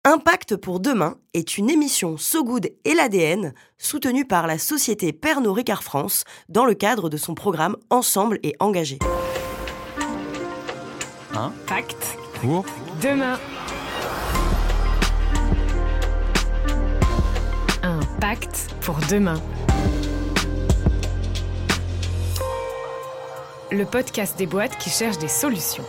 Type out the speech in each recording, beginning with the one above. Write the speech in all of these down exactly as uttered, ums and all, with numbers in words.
Impact pour demain est une émission So Good et l'A D N soutenue par la société Pernod Ricard France dans le cadre de son programme Ensemble et engagé. Impact pour demain. Impact pour demain. Le podcast des boîtes qui cherchent des solutions.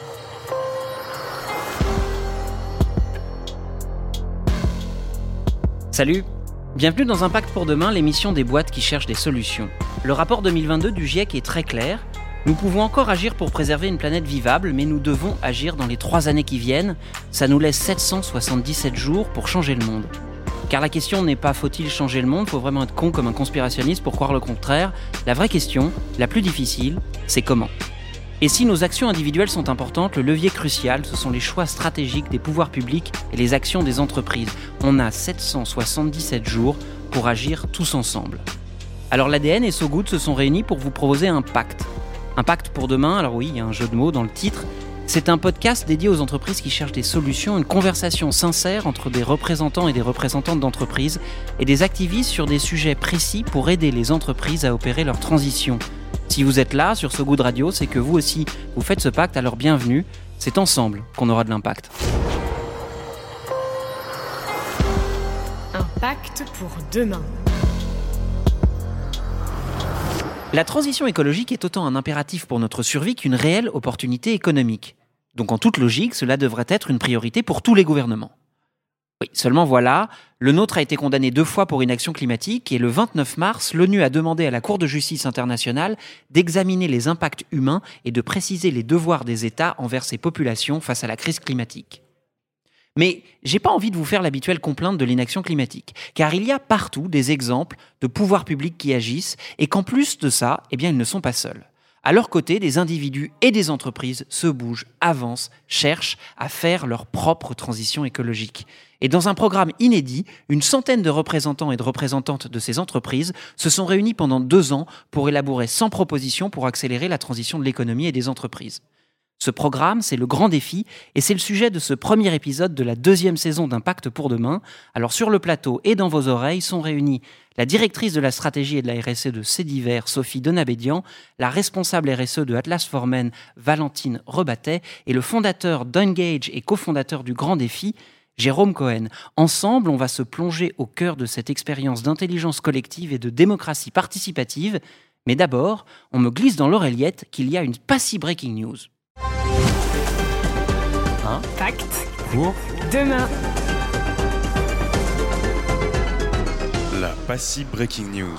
Salut, bienvenue dans Impact pour demain, l'émission des boîtes qui cherchent des solutions. Le rapport deux mille vingt-deux du GIEC est très clair. Nous pouvons encore agir pour préserver une planète vivable, mais nous devons agir dans les trois années qui viennent. Ça nous laisse sept cent soixante-dix-sept jours pour changer le monde. Car la question n'est pas faut-il changer le monde, faut vraiment être con comme un conspirationniste pour croire le contraire. La vraie question, la plus difficile, c'est comment. Et si nos actions individuelles sont importantes, le levier crucial, ce sont les choix stratégiques des pouvoirs publics et les actions des entreprises. On a sept cent soixante-dix-sept jours pour agir tous ensemble. Alors l'A D N et So Good se sont réunis pour vous proposer un pacte. Un pacte pour demain, alors oui, il y a un jeu de mots dans le titre. C'est un podcast dédié aux entreprises qui cherchent des solutions, une conversation sincère entre des représentants et des représentantes d'entreprises et des activistes sur des sujets précis pour aider les entreprises à opérer leur transition. Si vous êtes là, sur So Good Radio, c'est que vous aussi, vous faites ce pacte, alors bienvenue. C'est ensemble qu'on aura de l'impact. Impact pour demain. La transition écologique est autant un impératif pour notre survie qu'une réelle opportunité économique. Donc en toute logique, cela devrait être une priorité pour tous les gouvernements. Oui, seulement voilà, le nôtre a été condamné deux fois pour inaction climatique et le vingt-neuf mars, l'ONU a demandé à la Cour de justice internationale d'examiner les impacts humains et de préciser les devoirs des États envers ces populations face à la crise climatique. Mais j'ai pas envie de vous faire l'habituelle complainte de l'inaction climatique, car il y a partout des exemples de pouvoirs publics qui agissent et qu'en plus de ça, eh bien, ils ne sont pas seuls. À leur côté, des individus et des entreprises se bougent, avancent, cherchent à faire leur propre transition écologique. Et dans un programme inédit, une centaine de représentants et de représentantes de ces entreprises se sont réunis pendant deux ans pour élaborer cent propositions pour accélérer la transition de l'économie et des entreprises. Ce programme, c'est le grand défi et c'est le sujet de ce premier épisode de la deuxième saison d'Impact pour demain. Alors sur le plateau et dans vos oreilles sont réunis la directrice de la stratégie et de la R S E de Cediver, Sophie Donabédian, la responsable R S E de Atlas for Men, Valentine Rebattet, et le fondateur d'Engage et cofondateur du grand défi, Jérôme Cohen. Ensemble, on va se plonger au cœur de cette expérience d'intelligence collective et de démocratie participative. Mais d'abord, on me glisse dans l'oreillette qu'il y a une pas si breaking news. Impact pour demain. la Passy Breaking News.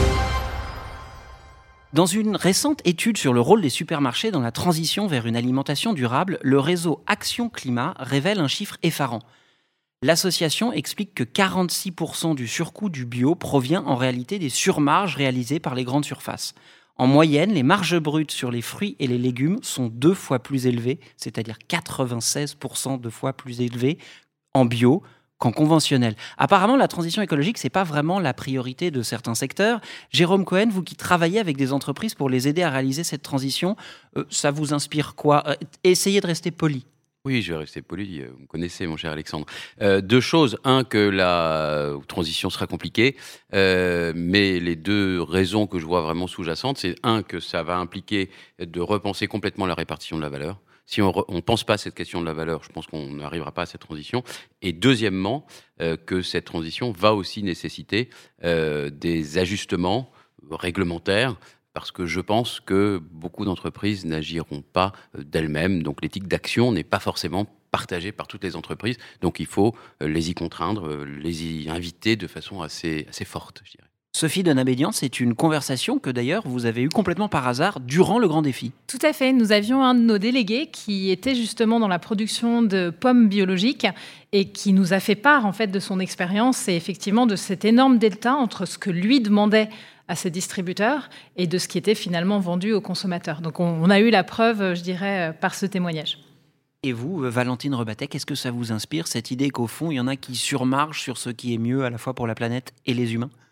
Dans une récente étude sur le rôle des supermarchés dans la transition vers une alimentation durable, le réseau Action Climat révèle un chiffre effarant. L'association explique que quarante-six pour cent du surcoût du bio provient en réalité des surmarges réalisées par les grandes surfaces. En moyenne, les marges brutes sur les fruits et les légumes sont deux fois plus élevées, c'est-à-dire quatre-vingt-seize pour cent de fois plus élevées en bio qu'en conventionnel. Apparemment, la transition écologique, c'est pas vraiment la priorité de certains secteurs. Jérôme Cohen, vous qui travaillez avec des entreprises pour les aider à réaliser cette transition, euh, ça vous inspire quoi ? euh, Essayez de rester poli. Oui, je vais rester poli, vous me connaissez mon cher Alexandre. Euh, deux choses, un, que la transition sera compliquée, euh, mais les deux raisons que je vois vraiment sous-jacentes, c'est un, que ça va impliquer de repenser complètement la répartition de la valeur. Si on ne pense pas à cette question de la valeur, je pense qu'on n'arrivera pas à cette transition. Et deuxièmement, euh, que cette transition va aussi nécessiter euh, des ajustements réglementaires, parce que je pense que beaucoup d'entreprises n'agiront pas d'elles-mêmes. Donc l'éthique d'action n'est pas forcément partagée par toutes les entreprises. Donc il faut les y contraindre, les y inviter de façon assez, assez forte, je dirais. Sophie Donabédian, c'est une conversation que d'ailleurs vous avez eue complètement par hasard durant le grand défi. Tout à fait. Nous avions un de nos délégués qui était justement dans la production de pommes biologiques et qui nous a fait part en fait de son expérience et effectivement de cet énorme delta entre ce que lui demandait à ses distributeurs et de ce qui était finalement vendu aux consommateurs. Donc on, on a eu la preuve, je dirais, par ce témoignage. Et vous, Valentine Rebattet, qu'est-ce que ça vous inspire, cette idée qu'au fond, il y en a qui surmargent sur ce qui est mieux à la fois pour la planète et les humains ?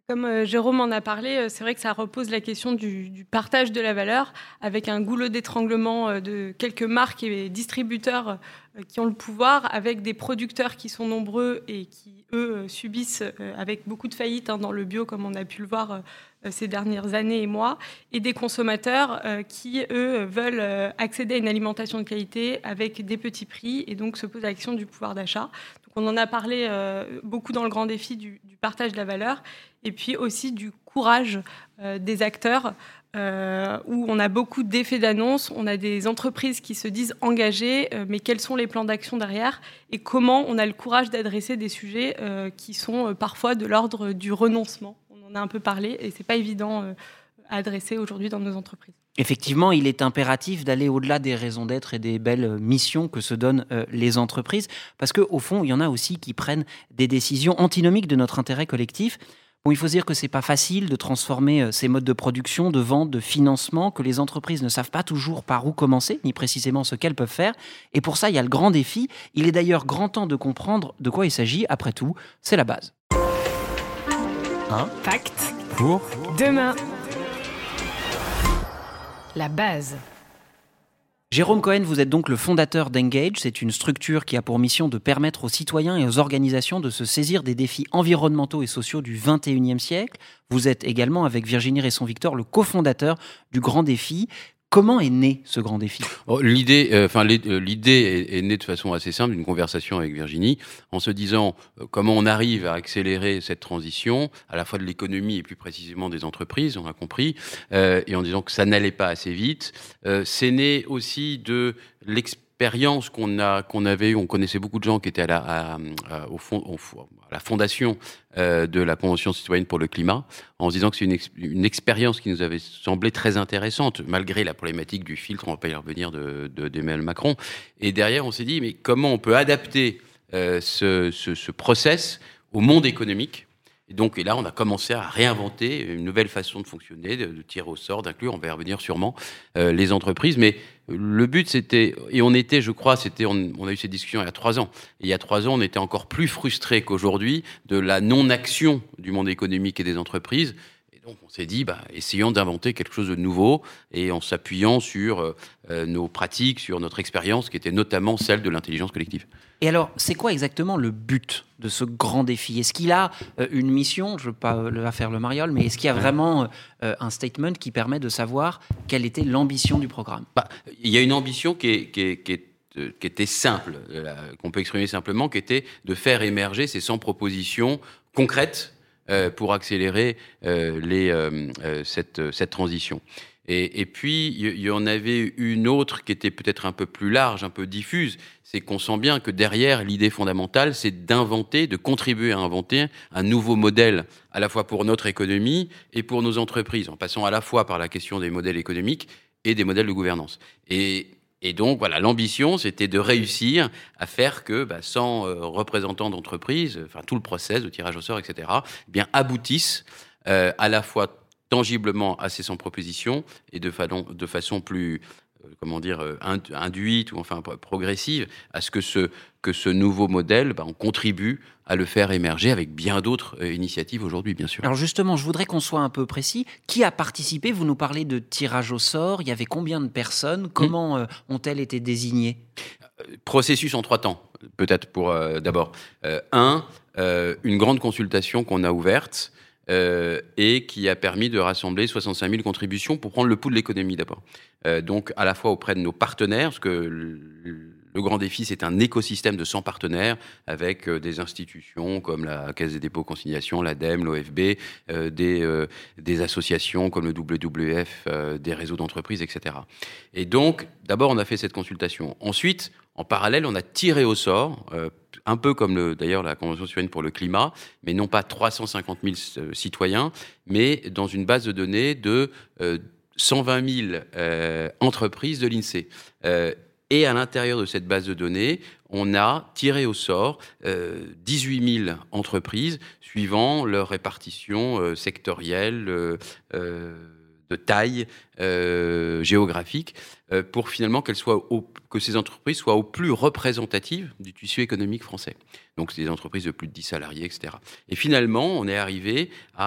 Comme euh, Jérôme en a parlé, euh, c'est vrai que ça repose la question du, du partage de la valeur avec un goulot d'étranglement euh, de quelques marques et distributeurs euh, qui ont le pouvoir, avec des producteurs qui sont nombreux et qui, eux, euh, subissent euh, avec beaucoup de faillites hein, dans le bio, comme on a pu le voir euh, ces dernières années et mois, et des consommateurs euh, qui, eux, veulent euh, accéder à une alimentation de qualité avec des petits prix et donc se pose la question du pouvoir d'achat. On en a parlé euh, beaucoup dans le grand défi du, du partage de la valeur et puis aussi du courage euh, des acteurs euh, où on a beaucoup d'effets d'annonce, on a des entreprises qui se disent engagées, euh, mais quels sont les plans d'action derrière et comment on a le courage d'adresser des sujets euh, qui sont euh, parfois de l'ordre du renoncement. On en a un peu parlé et c'est pas évident euh, à adresser aujourd'hui dans nos entreprises. Effectivement, il est impératif d'aller au-delà des raisons d'être et des belles missions que se donnent euh, les entreprises, parce qu'au fond, il y en a aussi qui prennent des décisions antinomiques de notre intérêt collectif. Bon, il faut se dire que c'est pas facile de transformer euh, ces modes de production, de vente, de financement, que les entreprises ne savent pas toujours par où commencer, ni précisément ce qu'elles peuvent faire. Et pour ça, il y a le grand défi. Il est d'ailleurs grand temps de comprendre de quoi il s'agit. Après tout, c'est la base. Un pacte Pour demain. La base. Jérôme Cohen, vous êtes donc le fondateur d'Engage. C'est une structure qui a pour mission de permettre aux citoyens et aux organisations de se saisir des défis environnementaux et sociaux du vingt et unième siècle. Vous êtes également, avec Virginie Resson-Victor, le cofondateur du Grand Défi. Comment est né ce grand défi ? Oh, l'idée, euh, enfin, l'idée est, est née de façon assez simple, d'une conversation avec Virginie, en se disant euh, comment on arrive à accélérer cette transition, à la fois de l'économie et plus précisément des entreprises, on a compris, euh, et en disant que ça n'allait pas assez vite. Euh, c'est né aussi de l'expérience qu'on a, qu'on avait, on connaissait beaucoup de gens qui étaient à la, à, à, au fond, au, à la fondation euh, de la Convention citoyenne pour le climat, en se disant que c'est une, ex, une expérience qui nous avait semblé très intéressante, malgré la problématique du filtre, on va pas y revenir, de, de, d'Emmanuel Macron. Et derrière, on s'est dit, mais comment on peut adapter euh, ce, ce, ce process au monde économique ? Et donc, et là, on a commencé à réinventer une nouvelle façon de fonctionner, de, de tirer au sort, d'inclure, on va y revenir sûrement, euh, les entreprises. Mais le but, c'était, et on était, je crois, c'était, on, on a eu ces discussions il y a trois ans. Et il y a trois ans, on était encore plus frustrés qu'aujourd'hui de la non-action du monde économique et des entreprises. Et donc, on s'est dit, bah, essayons d'inventer quelque chose de nouveau, et en s'appuyant sur euh, nos pratiques, sur notre expérience, qui était notamment celle de l'intelligence collective. Et alors, c'est quoi exactement le but de ce grand défi ? Est-ce qu'il a euh, une mission ? Je ne veux pas euh, faire le mariole, mais est-ce qu'il y a vraiment euh, un statement qui permet de savoir quelle était l'ambition du programme ? Bah, il y a une ambition qui, est, qui, est, qui, est, euh, qui était simple, euh, qu'on peut exprimer simplement, qui était de faire émerger ces cent propositions concrètes euh, pour accélérer euh, les, euh, euh, cette, cette transition. Et, et puis, il y en avait une autre qui était peut-être un peu plus large, un peu diffuse. C'est qu'on sent bien que derrière, l'idée fondamentale, c'est d'inventer, de contribuer à inventer un nouveau modèle, à la fois pour notre économie et pour nos entreprises, en passant à la fois par la question des modèles économiques et des modèles de gouvernance. Et, et donc, voilà, l'ambition, c'était de réussir à faire que bah, cent euh, représentants d'entreprises, enfin tout le process de tirage au sort, et cetera, eh bien, aboutissent euh, à la fois tangiblement à ces cent propositions et de, fa- de façon plus, euh, comment dire, euh, induite ou enfin progressive, à ce que ce, que ce nouveau modèle, bah, on contribue à le faire émerger avec bien d'autres euh, initiatives aujourd'hui, bien sûr. Alors justement, je voudrais qu'on soit un peu précis. Qui a participé ? Vous nous parlez de tirage au sort. Il y avait combien de personnes ? Comment mmh. euh, ont-elles été désignées ? Processus en trois temps, peut-être pour euh, d'abord. Euh, un, euh, une grande consultation qu'on a ouverte, Euh, et qui a permis de rassembler soixante-cinq mille contributions pour prendre le pouls de l'économie d'abord. Euh, donc à la fois auprès de nos partenaires, parce que le, le grand défi, c'est un écosystème de cent partenaires avec euh, des institutions comme la Caisse des dépôts et consignations, l'ADEME, l'O F B, euh, des, euh, des associations comme le W W F, euh, des réseaux d'entreprises, et cetera. Et donc, d'abord, on a fait cette consultation. Ensuite, en parallèle, on a tiré au sort, euh, un peu comme le, d'ailleurs la Convention citoyenne pour le climat, mais non pas trois cent cinquante mille euh, citoyens, mais dans une base de données de euh, cent vingt mille euh, entreprises de l'INSEE. Euh, et à l'intérieur de cette base de données, on a tiré au sort euh, dix-huit mille entreprises suivant leur répartition euh, sectorielle, euh, euh, de taille euh, géographique, euh, pour finalement qu'elles soient au, que ces entreprises soient au plus représentatives du tissu économique français. Donc, c'est des entreprises de plus de dix salariés, et cetera. Et finalement, on est arrivé à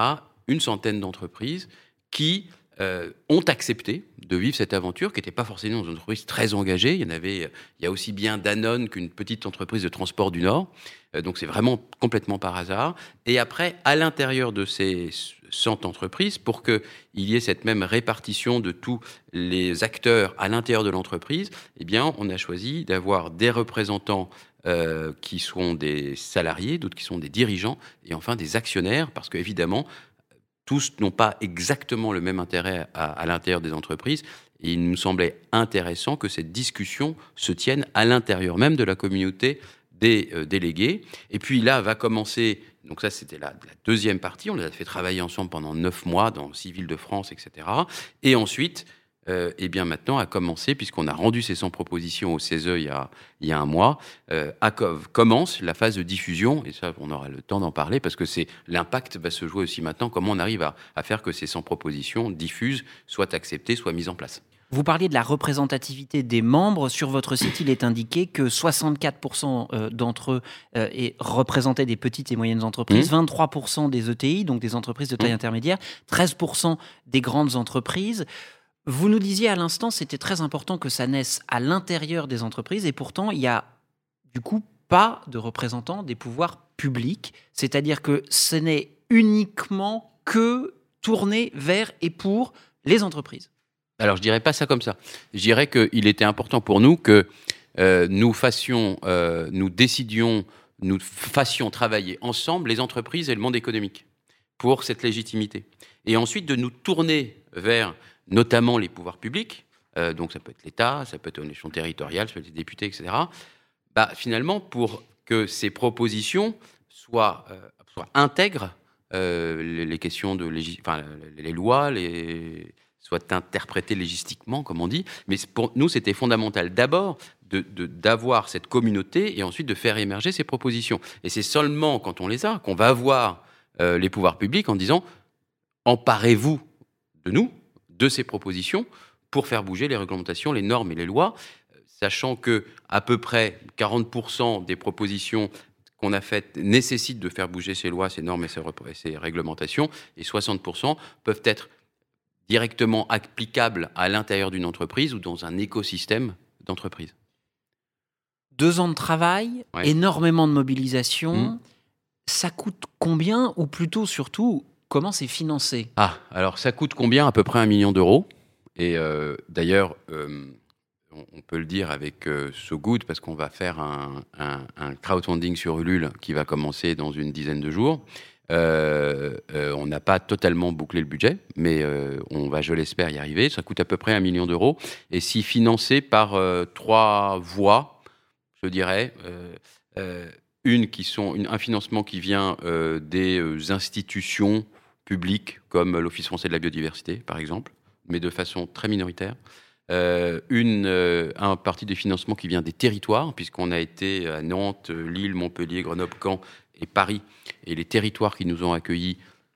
une centaine d'entreprises qui euh, ont accepté de vivre cette aventure, qui n'était pas forcément une entreprise très engagée. Il y en avait, il y a aussi bien Danone qu'une petite entreprise de transport du Nord. Euh, donc c'est vraiment complètement par hasard. Et après, à l'intérieur de ces cent entreprises, pour qu'il y ait cette même répartition de tous les acteurs à l'intérieur de l'entreprise, eh bien, on a choisi d'avoir des représentants euh, qui sont des salariés, d'autres qui sont des dirigeants, et enfin des actionnaires, parce qu'évidemment, tous n'ont pas exactement le même intérêt à, à l'intérieur des entreprises. Et il nous semblait intéressant que cette discussion se tienne à l'intérieur même de la communauté des euh, délégués. Et puis là va commencer, donc ça c'était la, la deuxième partie, on les a fait travailler ensemble pendant neuf mois dans six villes de France, et cetera. Et ensuite, euh, et bien maintenant a commencé, puisqu'on a rendu ces cent propositions au C E S E il y a, il y a un mois, euh, à, commence la phase de diffusion, et ça on aura le temps d'en parler, parce que c'est, l'impact va se jouer aussi maintenant, comment on arrive à, à faire que ces cent propositions diffusent, soient acceptées, soient mises en place. Vous parliez de la représentativité des membres. Sur votre site, il est indiqué que soixante-quatre pour cent d'entre eux euh, représentaient des petites et moyennes entreprises, mmh. vingt-trois pour cent des E T I, donc des entreprises de taille mmh. intermédiaire, treize pour cent des grandes entreprises. Vous nous disiez à l'instant, c'était très important que ça naisse à l'intérieur des entreprises, et pourtant, il n'y a du coup pas de représentants des pouvoirs publics, c'est-à-dire que ce n'est uniquement que tourné vers et pour les entreprises. Alors, je ne dirais pas ça comme ça. Je dirais qu'il était important pour nous que euh, nous fassions, euh, nous décidions, nous fassions travailler ensemble les entreprises et le monde économique pour cette légitimité. Et ensuite, de nous tourner vers notamment les pouvoirs publics, euh, donc ça peut être l'État, ça peut être une échelon territorial, ça peut être les députés, et cetera. Bah, finalement, pour que ces propositions soient, euh, soient intègrent euh, les, les questions de légis- enfin, les, les lois, les soit interprété légistiquement, comme on dit. Mais pour nous, c'était fondamental d'abord de, de, d'avoir cette communauté et ensuite de faire émerger ces propositions. Et c'est seulement quand on les a qu'on va avoir euh, les pouvoirs publics en disant « emparez-vous de nous, de ces propositions, pour faire bouger les réglementations, les normes et les lois », sachant que à peu près quarante pour cent des propositions qu'on a faites nécessitent de faire bouger ces lois, ces normes et ces, et ces réglementations, et soixante pour cent peuvent être directement applicable à l'intérieur d'une entreprise ou dans un écosystème d'entreprise. Deux ans de travail, ouais. énormément de mobilisation. Mmh. Ça coûte combien, ou plutôt surtout, comment c'est financé ? Ah, alors ça coûte combien ? À peu près un million d'euros. Et euh, d'ailleurs, euh, on, on peut le dire avec euh, So Good, parce qu'on va faire un, un, un crowdfunding sur Ulule qui va commencer dans une dizaine de jours. Euh, euh, on n'a pas totalement bouclé le budget, mais euh, on va, je l'espère, y arriver. Ça coûte à peu près un million d'euros. Et si financé par euh, trois voies, je dirais, euh, euh, une qui sont, une, un financement qui vient euh, des euh, institutions publiques, comme l'Office français de la biodiversité, par exemple, mais de façon très minoritaire. Euh, une, euh, un partie des financements qui vient des territoires, puisqu'on a été à Nantes, Lille, Montpellier, Grenoble, Caen et Paris, et les territoires qui nous ont accueillis,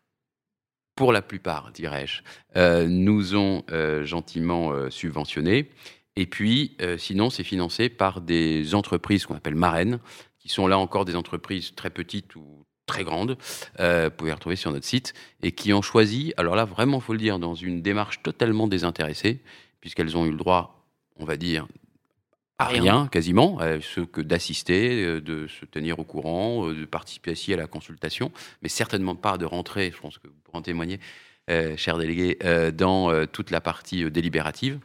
pour la plupart, dirais-je, euh, nous ont euh, gentiment euh, subventionnés. Et puis, euh, sinon, c'est financé par des entreprises qu'on appelle marraines, qui sont là encore des entreprises très petites ou très grandes, euh, vous pouvez les retrouver sur notre site, et qui ont choisi, alors là, vraiment, il faut le dire, dans une démarche totalement désintéressée, puisqu'elles ont eu le droit, on va dire, à rien, rien quasiment, euh, ce que d'assister, euh, de se tenir au courant, euh, de participer aussi à la consultation, mais certainement pas de rentrer, je pense que vous pourrez en témoigner, euh, chers délégués, euh, dans euh, toute la partie euh, délibérative.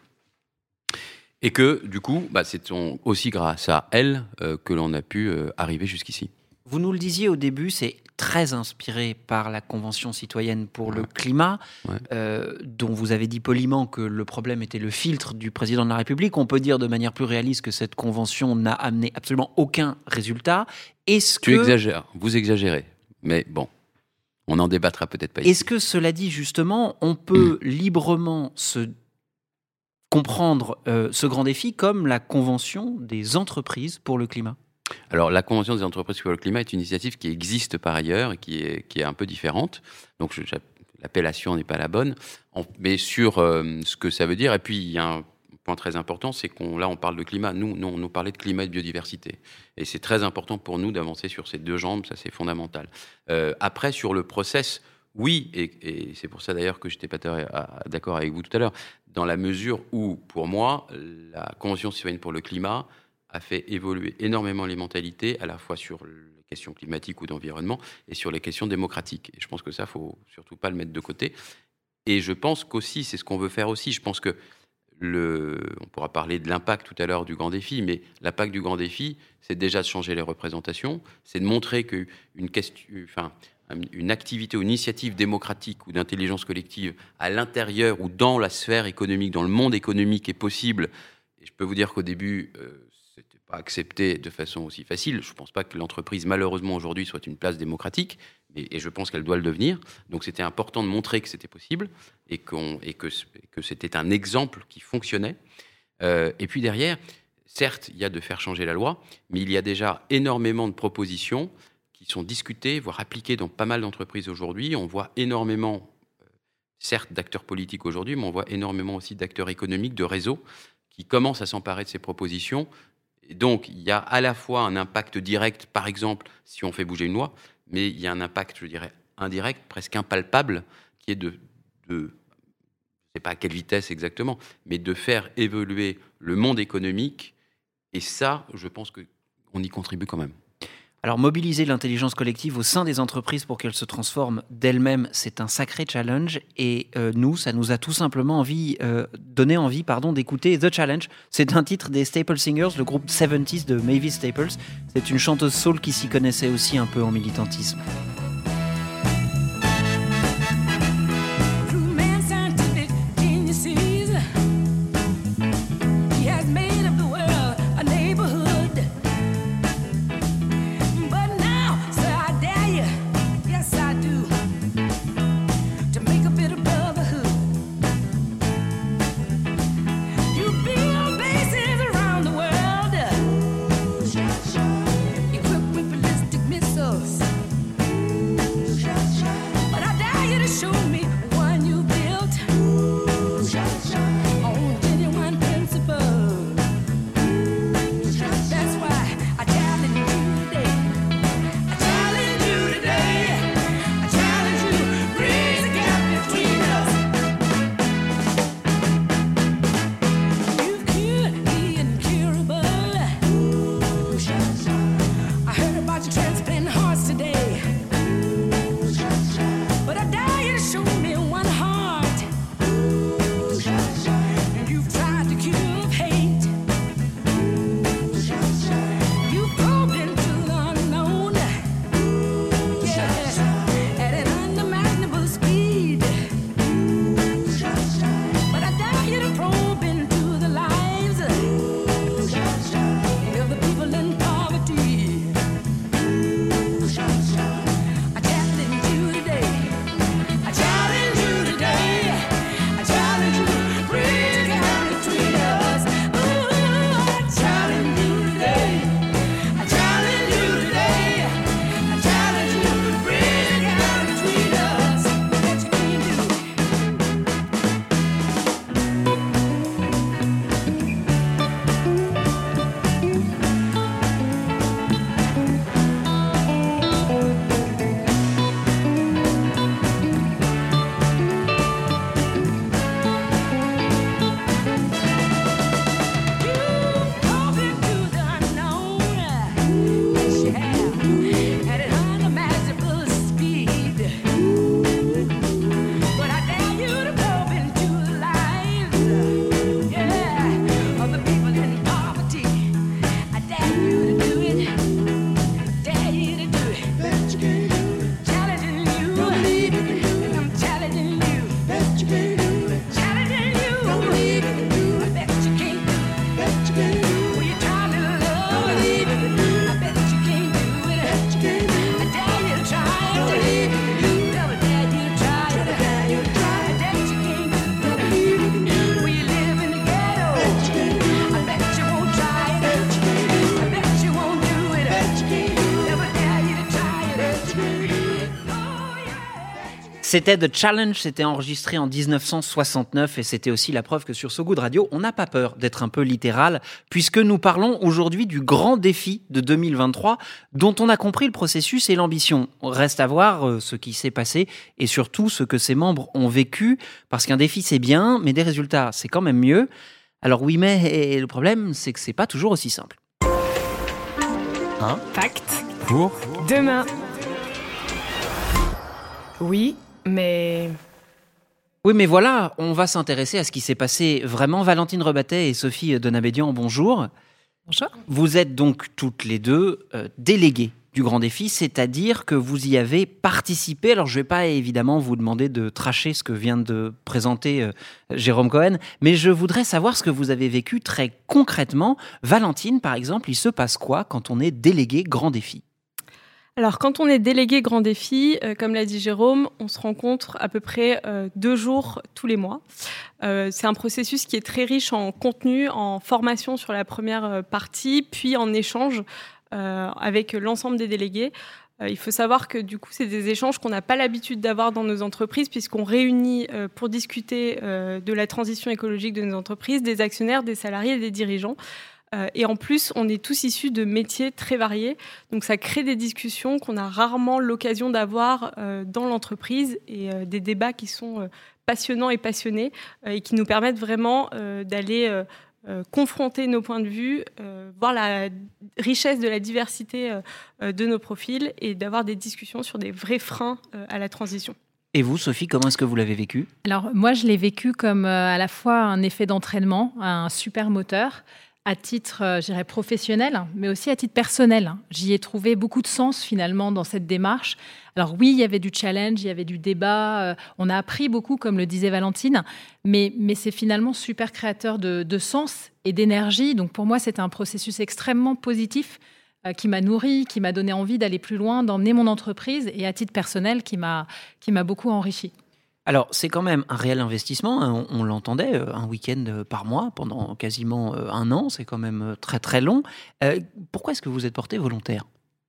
Et que, du coup, bah, c'est aussi grâce à elles euh, que l'on a pu euh, arriver jusqu'ici. Vous nous le disiez au début, c'est très inspiré par la Convention citoyenne pour ouais. le climat, ouais. euh, dont vous avez dit poliment que le problème était le filtre du président de la République. On peut dire de manière plus réaliste que cette convention n'a amené absolument aucun résultat. Est-ce tu que... exagères, vous exagérez, mais bon, on n'en débattra peut-être pas ici. Est-ce que, cela dit, justement, on peut mmh. librement se comprendre euh, ce grand défi comme la Convention des entreprises pour le climat ? Alors, la Convention des entreprises pour le climat est une initiative qui existe par ailleurs et qui est, qui est un peu différente. Donc, je, l'appellation n'est pas la bonne. On, mais sur euh, ce que ça veut dire, et puis il y a un point très important, c'est qu'on là, on parle de climat. Nous, nous, on nous parlait de climat et de biodiversité. Et c'est très important pour nous d'avancer sur ces deux jambes, ça c'est fondamental. Euh, après, sur le process, oui, et, et c'est pour ça d'ailleurs que je n'étais pas d'accord avec vous tout à l'heure, dans la mesure où, pour moi, la Convention citoyenne pour le climat a fait évoluer énormément les mentalités, à la fois sur les questions climatiques ou d'environnement, et sur les questions démocratiques. Et je pense que ça, il ne faut surtout pas le mettre de côté. Et je pense qu'aussi, c'est ce qu'on veut faire aussi, je pense que Le, on pourra parler de l'impact tout à l'heure du grand défi, mais l'impact du grand défi, c'est déjà de changer les représentations, c'est de montrer qu'une question, enfin, une activité ou une initiative démocratique ou d'intelligence collective à l'intérieur ou dans la sphère économique, dans le monde économique est possible. Et je peux vous dire qu'au début, euh, ce n'était pas accepté de façon aussi facile. Je ne pense pas que l'entreprise, malheureusement, aujourd'hui, soit une place démocratique. Et, et je pense qu'elle doit le devenir. Donc c'était important de montrer que c'était possible et, qu'on, et que, que c'était un exemple qui fonctionnait. Euh, et puis derrière, certes, il y a de faire changer la loi, mais il y a déjà énormément de propositions qui sont discutées, voire appliquées dans pas mal d'entreprises aujourd'hui. On voit énormément, euh, certes, d'acteurs politiques aujourd'hui, mais on voit énormément aussi d'acteurs économiques, de réseaux, qui commencent à s'emparer de ces propositions. Et donc, il y a à la fois un impact direct, par exemple, si on fait bouger une loi, mais il y a un impact, je dirais, indirect, presque impalpable, qui est de, de je ne sais pas à quelle vitesse exactement, mais de faire évoluer le monde économique. Et ça, je pense qu'on y contribue quand même. Alors, mobiliser l'intelligence collective au sein des entreprises pour qu'elles se transforment d'elles-mêmes, c'est un sacré challenge. Et euh, nous, ça nous a tout simplement envie, euh, donné envie pardon, d'écouter The Challenge. C'est un titre des Staple Singers, le groupe soixante-dix de Mavis Staples. C'est une chanteuse soul qui s'y connaissait aussi un peu en militantisme. Equipped with ballistic missiles. C'était The Challenge, c'était enregistré en dix-neuf cent soixante-neuf et c'était aussi la preuve que sur So Good Radio, on n'a pas peur d'être un peu littéral puisque nous parlons aujourd'hui du grand défi de deux mille vingt-trois dont on a compris le processus et l'ambition. Reste à voir euh, ce qui s'est passé et surtout ce que ses membres ont vécu parce qu'un défi c'est bien, mais des résultats c'est quand même mieux. Alors oui, mais le problème c'est que c'est pas toujours aussi simple. Un fact Pour demain. Oui, mais... Oui, mais voilà, on va s'intéresser à ce qui s'est passé vraiment. Valentine Rebattet et Sophie Donabédian, bonjour. Bonjour. Vous êtes donc toutes les deux euh, déléguées du Grand Défi, c'est-à-dire que vous y avez participé. Alors, je ne vais pas évidemment vous demander de tracher ce que vient de présenter euh, Jérôme Cohen, mais je voudrais savoir ce que vous avez vécu très concrètement. Valentine, par exemple, il se passe quoi quand on est délégué Grand Défi ? Alors, quand on est délégué Grand Défi, euh, comme l'a dit Jérôme, on se rencontre à peu près euh, deux jours tous les mois. Euh, c'est un processus qui est très riche en contenu, en formation sur la première partie, puis en échange euh, avec l'ensemble des délégués. Euh, il faut savoir que du coup, c'est des échanges qu'on n'a pas l'habitude d'avoir dans nos entreprises, puisqu'on réunit euh, pour discuter euh, de la transition écologique de nos entreprises, des actionnaires, des salariés et des dirigeants. Euh, et en plus, on est tous issus de métiers très variés. Donc, ça crée des discussions qu'on a rarement l'occasion d'avoir euh, dans l'entreprise et euh, des débats qui sont euh, passionnants et passionnés euh, et qui nous permettent vraiment euh, d'aller euh, euh, confronter nos points de vue, euh, voir la richesse de la diversité euh, de nos profils et d'avoir des discussions sur des vrais freins euh, à la transition. Et vous, Sophie, comment est-ce que vous l'avez vécu ? Alors, moi, je l'ai vécu comme euh, à la fois un effet d'entraînement, un super moteur, à titre, euh, je dirais, professionnel, mais aussi à titre personnel. J'y ai trouvé beaucoup de sens, finalement, dans cette démarche. Alors oui, il y avait du challenge, il y avait du débat, euh, on a appris beaucoup, comme le disait Valentine, mais, mais c'est finalement super créateur de, de sens et d'énergie. Donc pour moi, c'était un processus extrêmement positif euh, qui m'a nourri, qui m'a donné envie d'aller plus loin, d'emmener mon entreprise et à titre personnel, qui m'a, qui m'a beaucoup enrichi. Alors, c'est quand même un réel investissement, hein. on, on l'entendait, euh, un week-end par mois pendant quasiment euh, un an, c'est quand même très très long. Euh, pourquoi est-ce que vous êtes porté volontaire ?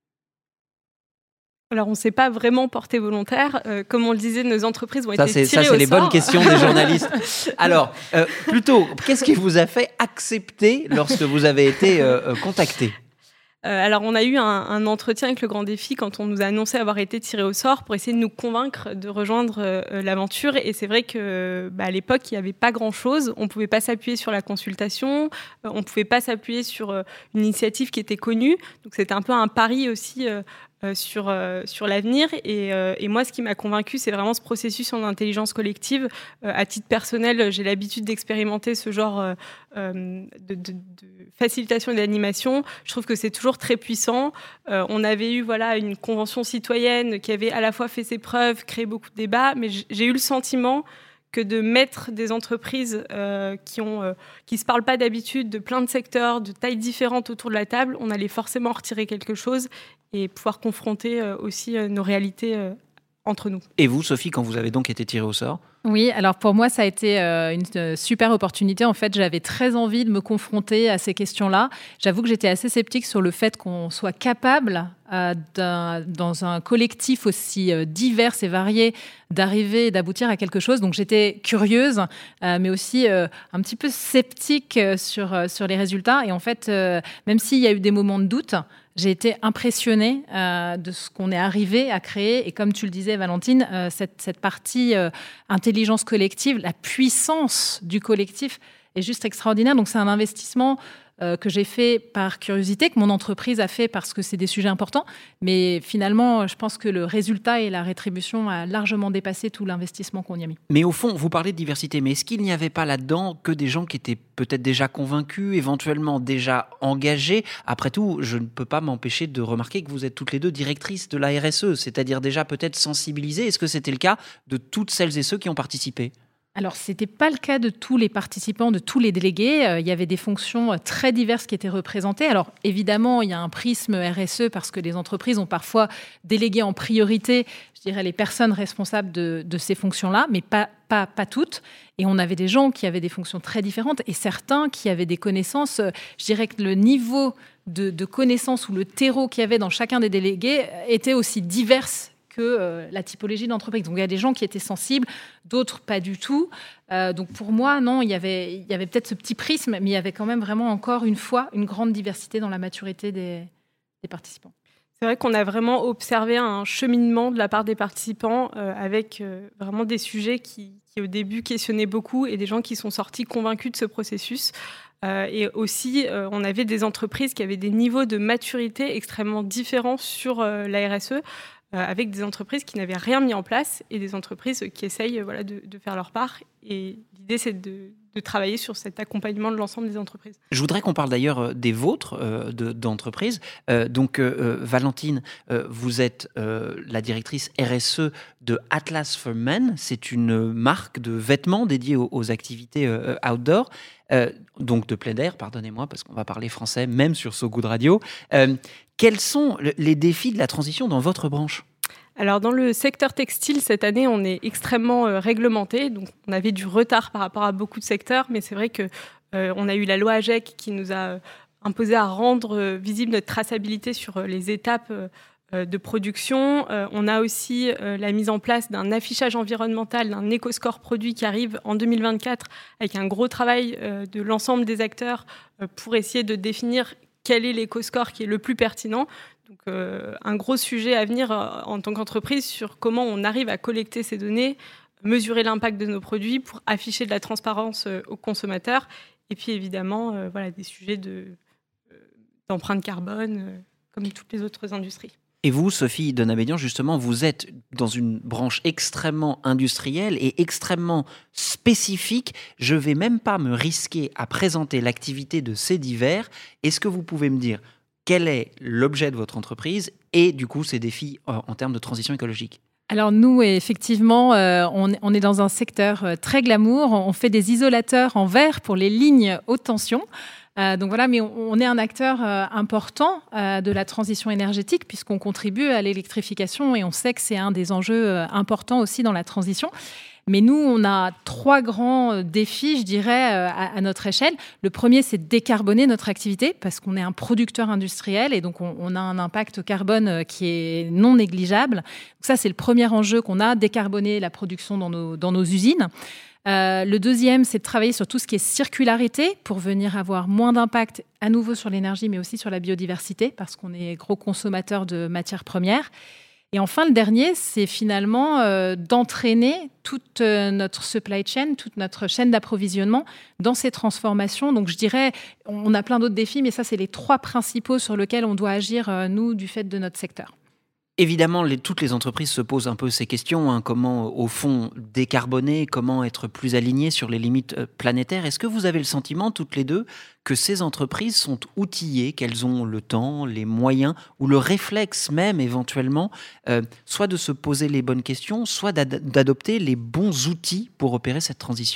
Alors, on ne s'est pas vraiment porté volontaire. Euh, comme on le disait, nos entreprises ont ça, été c'est, tirées ça, c'est au les sort. bonnes questions des journalistes. Alors, euh, plutôt, qu'est-ce qui vous a fait accepter lorsque vous avez été euh, contacté ? Euh, alors, on a eu un, un entretien avec le Grand Défi quand on nous a annoncé avoir été tirés au sort pour essayer de nous convaincre de rejoindre euh, l'aventure. Et c'est vrai que, bah, à l'époque, il n'y avait pas grand-chose. On ne pouvait pas s'appuyer sur la consultation. Euh, on ne pouvait pas s'appuyer sur euh, une initiative qui était connue. Donc, c'était un peu un pari aussi euh, euh, sur, euh, sur l'avenir. Et, euh, et moi, ce qui m'a convaincue, c'est vraiment ce processus en intelligence collective. Euh, à titre personnel, j'ai l'habitude d'expérimenter ce genre euh, euh, de, de, de facilitation et d'animation. Je trouve que c'est toujours très puissant. Euh, on avait eu voilà, une convention citoyenne qui avait à la fois fait ses preuves, créé beaucoup de débats, mais j'ai eu le sentiment que de mettre des entreprises euh, qui ont, euh, qui se parlent pas d'habitude, de plein de secteurs, de tailles différentes autour de la table, on allait forcément retirer quelque chose et pouvoir confronter euh, aussi euh, nos réalités euh, entre nous. Et vous, Sophie, quand vous avez donc été tirée au sort ? Oui, alors pour moi, ça a été euh, une euh, super opportunité. En fait, j'avais très envie de me confronter à ces questions-là. J'avoue que j'étais assez sceptique sur le fait qu'on soit capable, euh, d'un, dans un collectif aussi euh, divers et varié, d'arriver et d'aboutir à quelque chose. Donc j'étais curieuse, euh, mais aussi euh, un petit peu sceptique euh, sur, euh, sur les résultats. Et en fait, euh, même s'il y a eu des moments de doute, j'ai été impressionnée euh, de ce qu'on est arrivé à créer. Et comme tu le disais, Valentine, euh, cette, cette partie euh, intelligence collective, la puissance du collectif est juste extraordinaire. Donc, c'est un investissement euh, que j'ai fait par curiosité, que mon entreprise a fait parce que c'est des sujets importants. Mais finalement, je pense que le résultat et la rétribution a largement dépassé tout l'investissement qu'on y a mis. Mais au fond, vous parlez de diversité, mais est-ce qu'il n'y avait pas là-dedans que des gens qui étaient peut-être déjà convaincus, éventuellement déjà engagés ? Après tout, je ne peux pas m'empêcher de remarquer que vous êtes toutes les deux directrices de la R S E, c'est-à-dire déjà peut-être sensibilisées. Est-ce que c'était le cas de toutes celles et ceux qui ont participé ? Alors, ce n'était pas le cas de tous les participants, de tous les délégués. Euh, il y avait des fonctions très diverses qui étaient représentées. Alors, évidemment, il y a un prisme R S E parce que les entreprises ont parfois délégué en priorité, je dirais, les personnes responsables de, de ces fonctions-là, mais pas, pas, pas toutes. Et on avait des gens qui avaient des fonctions très différentes et certains qui avaient des connaissances. Je dirais que le niveau de, de connaissances ou le terreau qu'il y avait dans chacun des délégués était aussi divers que peu euh, la typologie d'entreprise. Donc il y a des gens qui étaient sensibles, d'autres pas du tout. Euh, donc pour moi, non, il y avait, il y avait peut-être ce petit prisme, mais il y avait quand même vraiment encore une fois une grande diversité dans la maturité des, des participants. C'est vrai qu'on a vraiment observé un cheminement de la part des participants euh, avec euh, vraiment des sujets qui, qui, au début, questionnaient beaucoup et des gens qui sont sortis convaincus de ce processus. Euh, et aussi, euh, on avait des entreprises qui avaient des niveaux de maturité extrêmement différents sur euh, la R S E, euh, avec des entreprises qui n'avaient rien mis en place et des entreprises qui essayent euh, voilà, de, de faire leur part. Et l'idée, c'est de... de travailler sur cet accompagnement de l'ensemble des entreprises. Je voudrais qu'on parle d'ailleurs des vôtres, euh, de, d'entreprises. Euh, donc, euh, Valentine, euh, vous êtes euh, la directrice R S E de Atlas for Men. C'est une marque de vêtements dédiée aux, aux activités euh, outdoor, euh, donc de plein air, pardonnez-moi, parce qu'on va parler français, même sur So Good Radio. Euh, quels sont les défis de la transition dans votre branche ? Alors, dans le secteur textile, cette année, on est extrêmement euh, réglementé. Donc, on avait du retard par rapport à beaucoup de secteurs, mais c'est vrai qu'on euh, a eu la loi AGEC qui nous a euh, imposé à rendre euh, visible notre traçabilité sur euh, les étapes euh, de production. Euh, on a aussi euh, la mise en place d'un affichage environnemental, d'un éco-score produit qui arrive en deux mille vingt-quatre, avec un gros travail euh, de l'ensemble des acteurs euh, pour essayer de définir quel est l'éco-score qui est le plus pertinent. Donc, euh, un gros sujet à venir euh, en tant qu'entreprise sur comment on arrive à collecter ces données, mesurer l'impact de nos produits pour afficher de la transparence euh, aux consommateurs. Et puis évidemment, euh, voilà, des sujets de, euh, d'empreinte carbone, euh, comme toutes les autres industries. Et vous, Sophie Donabédian, justement, vous êtes dans une branche extrêmement industrielle et extrêmement spécifique. Je ne vais même pas me risquer à présenter l'activité de ces divers. Est-ce que vous pouvez me dire quel est l'objet de votre entreprise et du coup ses défis euh, en termes de transition écologique ? Alors nous, effectivement, euh, on, on est dans un secteur euh, très glamour. On fait des isolateurs en verre pour les lignes haute tension. Euh, donc voilà, mais on, on est un acteur euh, important euh, de la transition énergétique puisqu'on contribue à l'électrification et on sait que c'est un des enjeux euh, importants aussi dans la transition. Mais nous, on a trois grands défis, je dirais, à, à notre échelle. Le premier, c'est de décarboner notre activité parce qu'on est un producteur industriel et donc on, on a un impact carbone qui est non négligeable. Donc ça, c'est le premier enjeu qu'on a, décarboner la production dans nos, dans nos usines. Euh, le deuxième, c'est de travailler sur tout ce qui est circularité pour venir avoir moins d'impact à nouveau sur l'énergie, mais aussi sur la biodiversité parce qu'on est gros consommateur de matières premières. Et enfin, le dernier, c'est finalement euh, d'entraîner toute euh, notre supply chain, toute notre chaîne d'approvisionnement dans ces transformations. Donc, je dirais, on a plein d'autres défis, mais ça, c'est les trois principaux sur lesquels on doit agir, euh, nous, du fait de notre secteur. Évidemment, les, toutes les entreprises se posent un peu ces questions. Hein, comment, au fond, décarboner, comment être plus aligné sur les limites euh, planétaires. Est-ce que vous avez le sentiment, toutes les deux, que ces entreprises sont outillées, qu'elles ont le temps, les moyens ou le réflexe même, éventuellement, euh, soit de se poser les bonnes questions, soit d'ad- d'adopter les bons outils pour opérer cette transition ?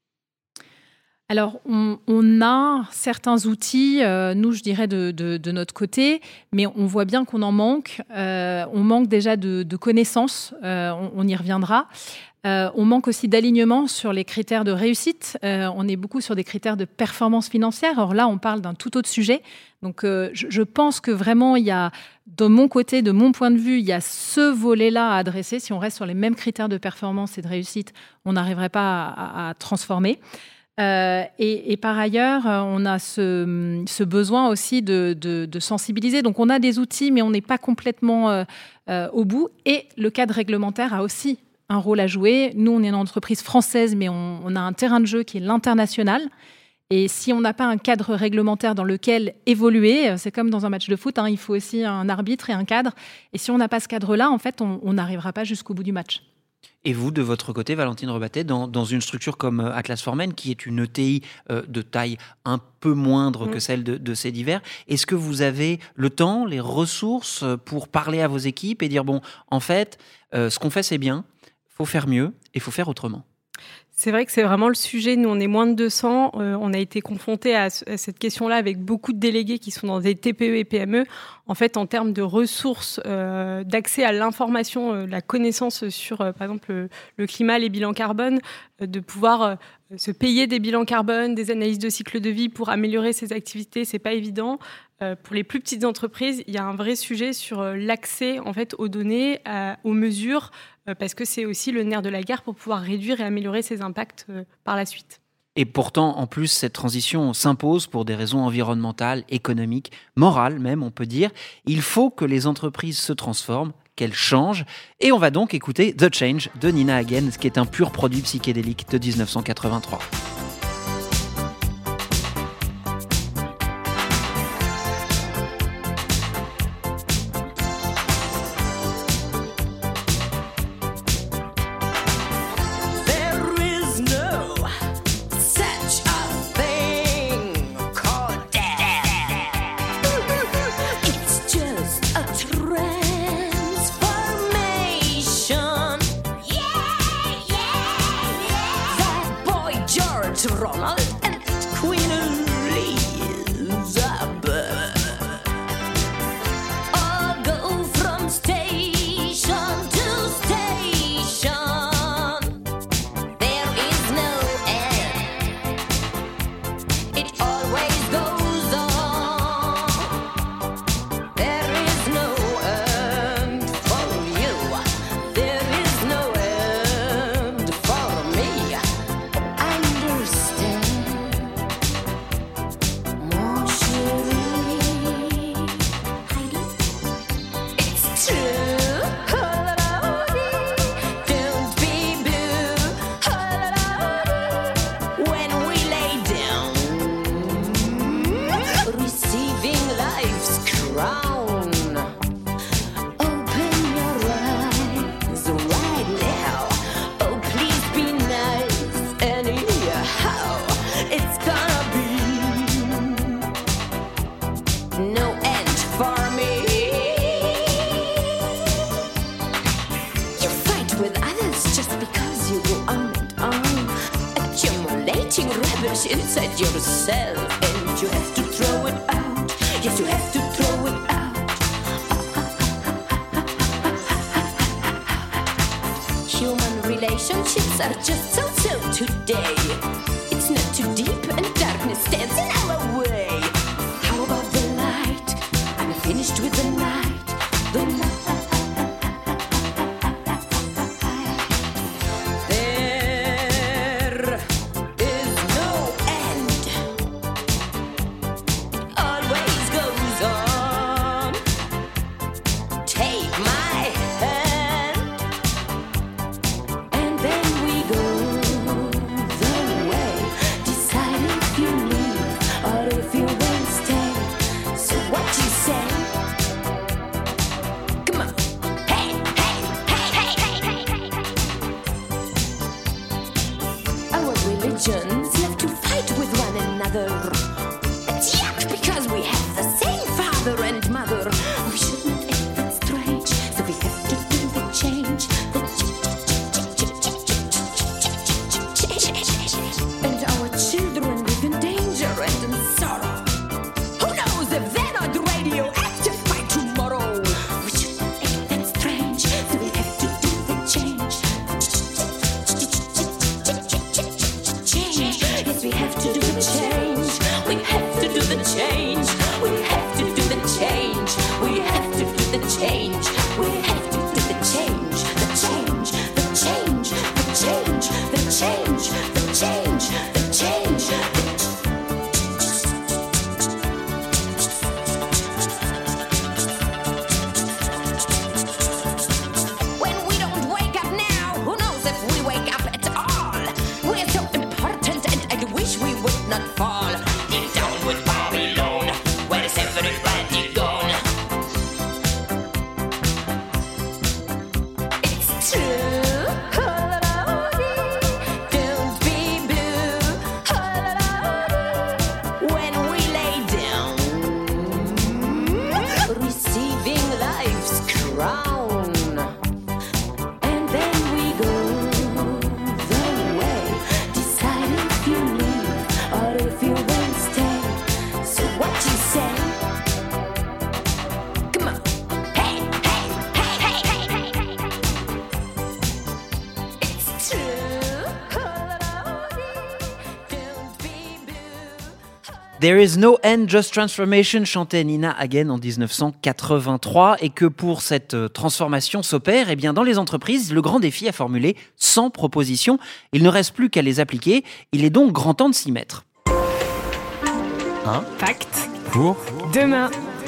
Alors, on, on a certains outils, euh, nous, je dirais, de, de, de notre côté, mais on voit bien qu'on en manque. Euh, on manque déjà de, de connaissances, euh, on, on y reviendra. Euh, on manque aussi d'alignement sur les critères de réussite. Euh, on est beaucoup sur des critères de performance financière. Or là, on parle d'un tout autre sujet. Donc, euh, je, je pense que vraiment, il y a, de mon côté, de mon point de vue, il y a ce volet-là à adresser. Si on reste sur les mêmes critères de performance et de réussite, on n'arriverait pas à, à, à transformer. Euh, et, et par ailleurs, on a ce, ce besoin aussi de, de, de sensibiliser. Donc, on a des outils, mais on n'est pas complètement euh, euh, au bout. Et le cadre réglementaire a aussi un rôle à jouer. Nous, on est une entreprise française, mais on, on a un terrain de jeu qui est l'international. Et si on n'a pas un cadre réglementaire dans lequel évoluer, c'est comme dans un match de foot, hein, il faut aussi un arbitre et un cadre. Et si on n'a pas ce cadre-là, en fait, on n'arrivera pas jusqu'au bout du match. Et vous, de votre côté, Valentine Rebattet, dans, dans une structure comme Atlas for Men, qui est une E T I euh, de taille un peu moindre mmh. que celle de, de ces divers, est-ce que vous avez le temps, les ressources pour parler à vos équipes et dire, bon, en fait, euh, ce qu'on fait, c'est bien, il faut faire mieux et il faut faire autrement ? C'est vrai que c'est vraiment le sujet. Nous, on est moins de deux cents. Euh, on a été confrontés à, à cette question-là avec beaucoup de délégués qui sont dans des T P E et P M E. En fait, en termes de ressources, euh, d'accès à l'information, euh, la connaissance sur, euh, par exemple, le, le climat, les bilans carbone, euh, de pouvoir euh, se payer des bilans carbone, des analyses de cycle de vie pour améliorer ses activités, c'est pas évident. euh, pour les plus petites entreprises, il y a un vrai sujet sur euh, l'accès en fait, aux données, à, aux mesures, euh, parce que c'est aussi le nerf de la guerre pour pouvoir réduire et améliorer ces impacts euh, par la suite. Et pourtant, en plus, cette transition s'impose pour des raisons environnementales, économiques, morales même, on peut dire. Il faut que les entreprises se transforment, qu'elles changent. Et on va donc écouter The Change de Nina Hagen, qui est un pur produit psychédélique de dix-neuf cent quatre-vingt-trois. Ronald and Queen Elizabeth all go from station to station. There is no end. It always goes on. There is no end for you. There is no end for me. Inside yourself, and you have to throw it out. Yes, you have to throw it out. Human relationships are just so-so today. It's not too deep, and darkness stands in our way. How about the light? I'm finished with the night. The night. Religions love to fight with one another. It's yuck because we have the same father and mother. We shouldn't act that strange, so we have to do the change. The change. And our children live in danger and in sorrow. Who knows if they're not radioactive by tomorrow? We shouldn't act that strange, so we have to do the change. Yes, we have to do the change. We have to do the change. We have to do the change. We have to do the change. We have to do the change. The change. The change. The change. The change. The change. The change. When we don't wake up now, who knows if we wake up at all? We're so important, and I wish we would not fall. Deep down with Babylon, where is everybody gone? It's true. Don't be blue. When we lay down, receiving life's crown, and then we go the way. Decide if you leave or if you will stay. So what you say? Come on. Hey, hey, hey, hey, hey, hey, hey. There is no end, just transformation, chantait Nina Hagen en dix-neuf cent quatre-vingt-trois, et que pour cette transformation s'opère, eh bien dans les entreprises, le grand défi a formulé cent propositions. Il ne reste plus qu'à les appliquer. Il est donc grand temps de s'y mettre. Un Fact. pour Demain.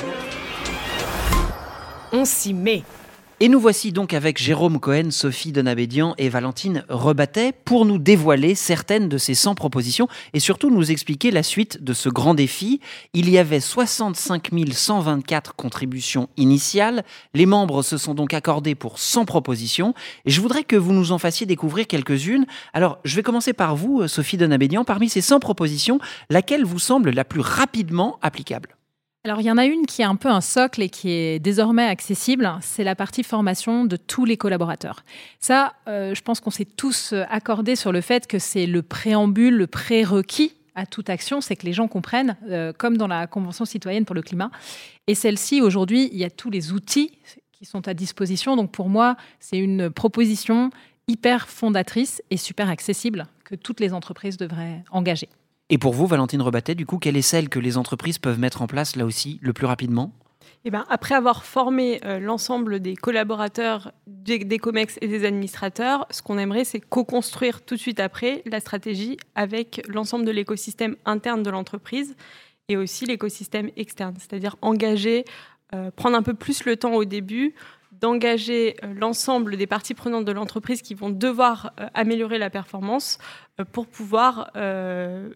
On s'y met. Et nous voici donc avec Jérôme Cohen, Sophie Donabédian et Valentine Rebattet pour nous dévoiler certaines de ces cent propositions et surtout nous expliquer la suite de ce grand défi. Il y avait soixante-cinq mille cent vingt-quatre contributions initiales. Les membres se sont donc accordés pour cent propositions et je voudrais que vous nous en fassiez découvrir quelques-unes. Alors, je vais commencer par vous, Sophie Donabédian. Parmi ces cent propositions, laquelle vous semble la plus rapidement applicable ? Alors, il y en a une qui est un peu un socle et qui est désormais accessible, c'est la partie formation de tous les collaborateurs. Ça, euh, je pense qu'on s'est tous accordés sur le fait que c'est le préambule, le prérequis à toute action, c'est que les gens comprennent, euh, comme dans la Convention citoyenne pour le climat. Et celle-ci, aujourd'hui, il y a tous les outils qui sont à disposition. Donc, pour moi, c'est une proposition hyper fondatrice et super accessible que toutes les entreprises devraient engager. Et pour vous, Valentine Rebattet, du coup, quelle est celle que les entreprises peuvent mettre en place, là aussi, le plus rapidement ? Eh ben, après avoir formé euh, l'ensemble des collaborateurs des, des COMEX et des administrateurs, ce qu'on aimerait, c'est co-construire tout de suite après la stratégie avec l'ensemble de l'écosystème interne de l'entreprise et aussi l'écosystème externe, c'est-à-dire engager, euh, prendre un peu plus le temps au début, d'engager euh, l'ensemble des parties prenantes de l'entreprise qui vont devoir euh, améliorer la performance euh, pour pouvoir euh,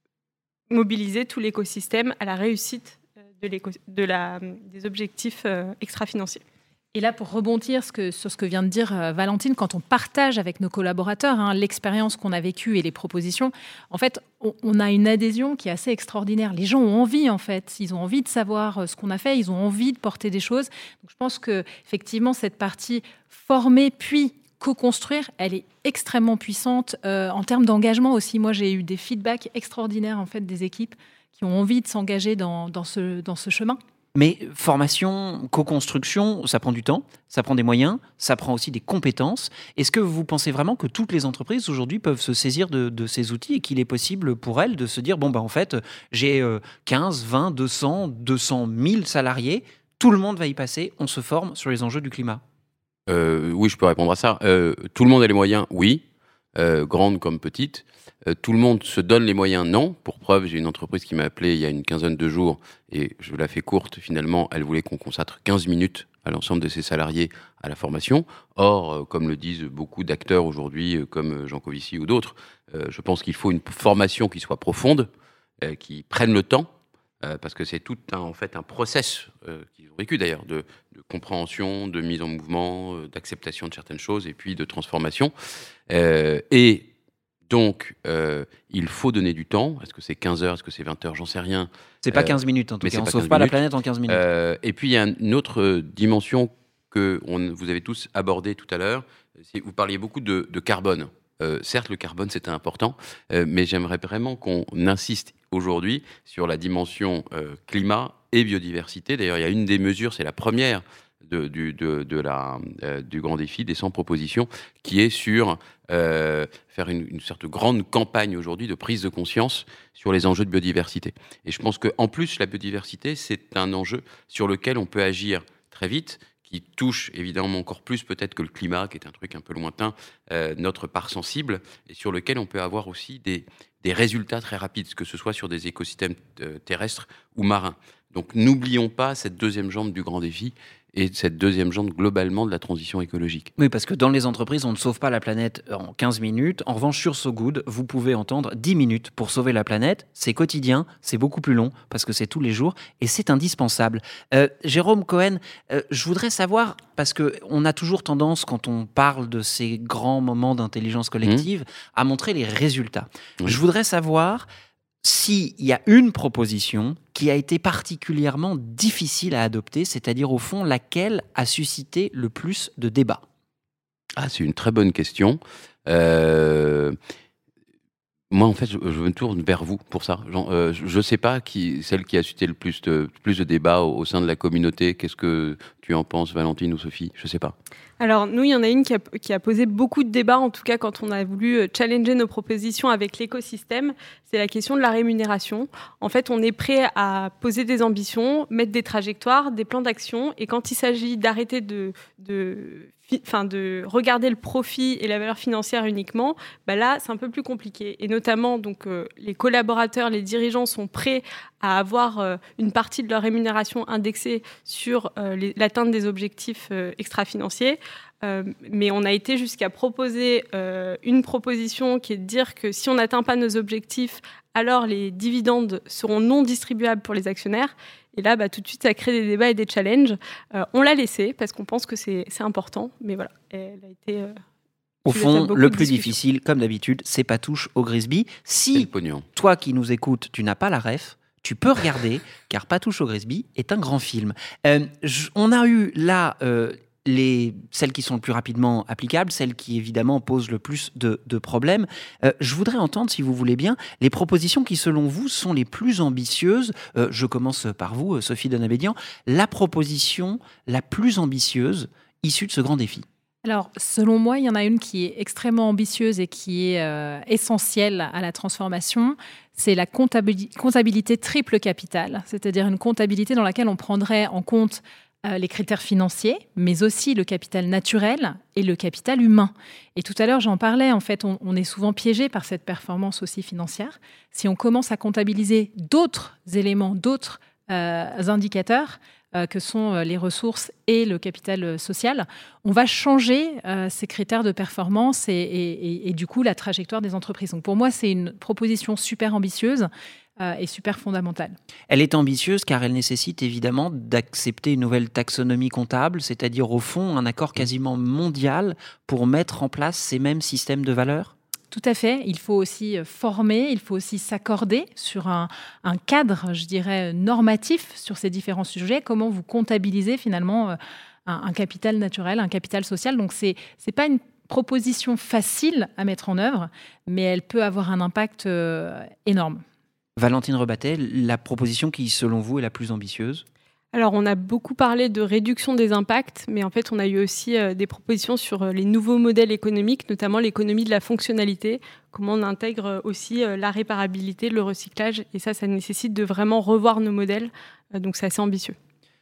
mobiliser tout l'écosystème à la réussite de, l'éco- de la, des objectifs euh, extra-financiers. Et là, pour rebondir ce que, sur ce que vient de dire euh, Valentine, quand on partage avec nos collaborateurs hein, l'expérience qu'on a vécue et les propositions, en fait, on, on a une adhésion qui est assez extraordinaire. Les gens ont envie, en fait. Ils ont envie de savoir euh, ce qu'on a fait. Ils ont envie de porter des choses. Donc, je pense qu'effectivement, cette partie former puis co-construire, elle est extrêmement puissante euh, en termes d'engagement aussi. Moi, j'ai eu des feedbacks extraordinaires, en fait, des équipes qui ont envie de s'engager dans, dans, ce, dans ce chemin. Mais formation, co-construction, ça prend du temps, ça prend des moyens, ça prend aussi des compétences. Est-ce que vous pensez vraiment que toutes les entreprises aujourd'hui peuvent se saisir de, de ces outils et qu'il est possible pour elles de se dire, bon, bah, en fait, j'ai quinze, vingt, deux cents, deux cent mille salariés, tout le monde va y passer, on se forme sur les enjeux du climat ? euh, Oui, je peux répondre à ça. Euh, tout le monde a les moyens, oui, euh, grande comme petite. Euh, tout le monde se donne les moyens, non. Pour preuve, j'ai une entreprise qui m'a appelé il y a une quinzaine de jours et je la fais courte. Finalement, elle voulait qu'on consacre quinze minutes à l'ensemble de ses salariés à la formation. Or, euh, comme le disent beaucoup d'acteurs aujourd'hui, euh, comme Jean Covici ou d'autres, euh, je pense qu'il faut une formation qui soit profonde, euh, qui prenne le temps, euh, parce que c'est tout un, en fait un process euh, qu'ils ont vécu d'ailleurs de, de compréhension, de mise en mouvement, euh, d'acceptation de certaines choses et puis de transformation. Euh, et Donc, euh, il faut donner du temps. Est-ce que c'est quinze heures, est-ce que c'est vingt heures, j'en sais rien. C'est pas quinze minutes en tout mais cas, on ne pas sauve quinze pas la minutes. planète en quinze minutes. Euh, et puis, il y a une autre dimension que on, vous avez tous abordée tout à l'heure. C'est- Vous parliez beaucoup de, de carbone. Euh, certes, le carbone, c'était important, euh, mais j'aimerais vraiment qu'on insiste aujourd'hui sur la dimension euh, climat et biodiversité. D'ailleurs, il y a une des mesures, c'est la première de, du, de, de la, euh, du grand défi des cent propositions, qui est sur euh, faire une, une sorte de grande campagne aujourd'hui de prise de conscience sur les enjeux de biodiversité. Et je pense qu'en plus, la biodiversité, c'est un enjeu sur lequel on peut agir très vite, qui touche évidemment encore plus peut-être que le climat, qui est un truc un peu lointain, euh, notre part sensible, et sur lequel on peut avoir aussi des, des résultats très rapides, que ce soit sur des écosystèmes euh, terrestres ou marins. Donc n'oublions pas cette deuxième jambe du grand défi, et cette deuxième jambe globalement de la transition écologique. Oui, parce que dans les entreprises, on ne sauve pas la planète en quinze minutes. En revanche, sur So Good, vous pouvez entendre dix minutes pour sauver la planète. C'est quotidien, c'est beaucoup plus long parce que c'est tous les jours et c'est indispensable. Euh, Jérôme Cohen, euh, je voudrais savoir, parce qu'on a toujours tendance, quand on parle de ces grands moments d'intelligence collective, mmh. à montrer les résultats. Oui. Je voudrais savoir s'il y a une proposition qui a été particulièrement difficile à adopter, c'est-à-dire au fond laquelle a suscité le plus de débats. Ah, c'est une très bonne question. Euh, Moi, en fait, je, je me tourne vers vous pour ça. Genre, euh, je ne sais pas qui, celle qui a suscité le plus de, plus de débats au, au sein de la communauté. Qu'est-ce que tu en penses, Valentine ou Sophie? Je ne sais pas. Alors, nous, il y en a une qui a, qui a posé beaucoup de débats, en tout cas quand on a voulu challenger nos propositions avec l'écosystème. C'est la question de la rémunération. En fait, on est prêt à poser des ambitions, mettre des trajectoires, des plans d'action. Et quand il s'agit d'arrêter de, de, enfin, de regarder le profit et la valeur financière uniquement, bah là, c'est un peu plus compliqué. Et notamment, donc, euh, les collaborateurs, les dirigeants sont prêts à avoir euh, une partie de leur rémunération indexée sur euh, les, l'atteinte des objectifs euh, extra-financiers. Euh, mais on a été jusqu'à proposer euh, une proposition qui est de dire que si on n'atteint pas nos objectifs, alors les dividendes seront non distribuables pour les actionnaires. Et là, bah, tout de suite, ça crée des débats et des challenges. Euh, on l'a laissé parce qu'on pense que c'est, c'est important. Mais voilà, elle a été... Euh, Au fond, le plus difficile, comme d'habitude, c'est pas touche au Grisby. Si toi qui nous écoutes, tu n'as pas la ref, tu peux regarder, car Pas touche au Grisby est un grand film. Euh, j- on a eu là... Euh, Les, celles qui sont le plus rapidement applicables, celles qui évidemment posent le plus de, de problèmes. Euh, je voudrais entendre, si vous voulez bien, les propositions qui, selon vous, sont les plus ambitieuses. Euh, je commence par vous, Sophie Donabédian. La proposition la plus ambitieuse issue de ce grand défi. Alors, selon moi, il y en a une qui est extrêmement ambitieuse et qui est euh, essentielle à la transformation. C'est la comptabilité, comptabilité triple capital, c'est-à-dire une comptabilité dans laquelle on prendrait en compte Euh, les critères financiers, mais aussi le capital naturel et le capital humain. Et tout à l'heure, j'en parlais, en fait, on, on est souvent piégé par cette performance aussi financière. Si on commence à comptabiliser d'autres éléments, d'autres euh, indicateurs, euh, que sont euh, les ressources et le capital social, on va changer euh, ces critères de performance et, et, et, et du coup, la trajectoire des entreprises. Donc pour moi, c'est une proposition super ambitieuse et super fondamentale. Elle est ambitieuse car elle nécessite évidemment d'accepter une nouvelle taxonomie comptable, c'est-à-dire au fond un accord quasiment mondial pour mettre en place ces mêmes systèmes de valeurs. Tout à fait. Il faut aussi former, il faut aussi s'accorder sur un, un cadre, je dirais, normatif sur ces différents sujets. Comment vous comptabilisez finalement un, un capital naturel, un capital social. Donc c'est c'est pas une proposition facile à mettre en œuvre, mais elle peut avoir un impact euh, énorme. Valentine Rebattet, la proposition qui, selon vous, est la plus ambitieuse? Alors, on a beaucoup parlé de réduction des impacts, mais en fait, on a eu aussi euh, des propositions sur euh, les nouveaux modèles économiques, notamment l'économie de la fonctionnalité, comment on intègre aussi euh, la réparabilité, le recyclage, et ça, ça nécessite de vraiment revoir nos modèles, euh, donc c'est assez ambitieux.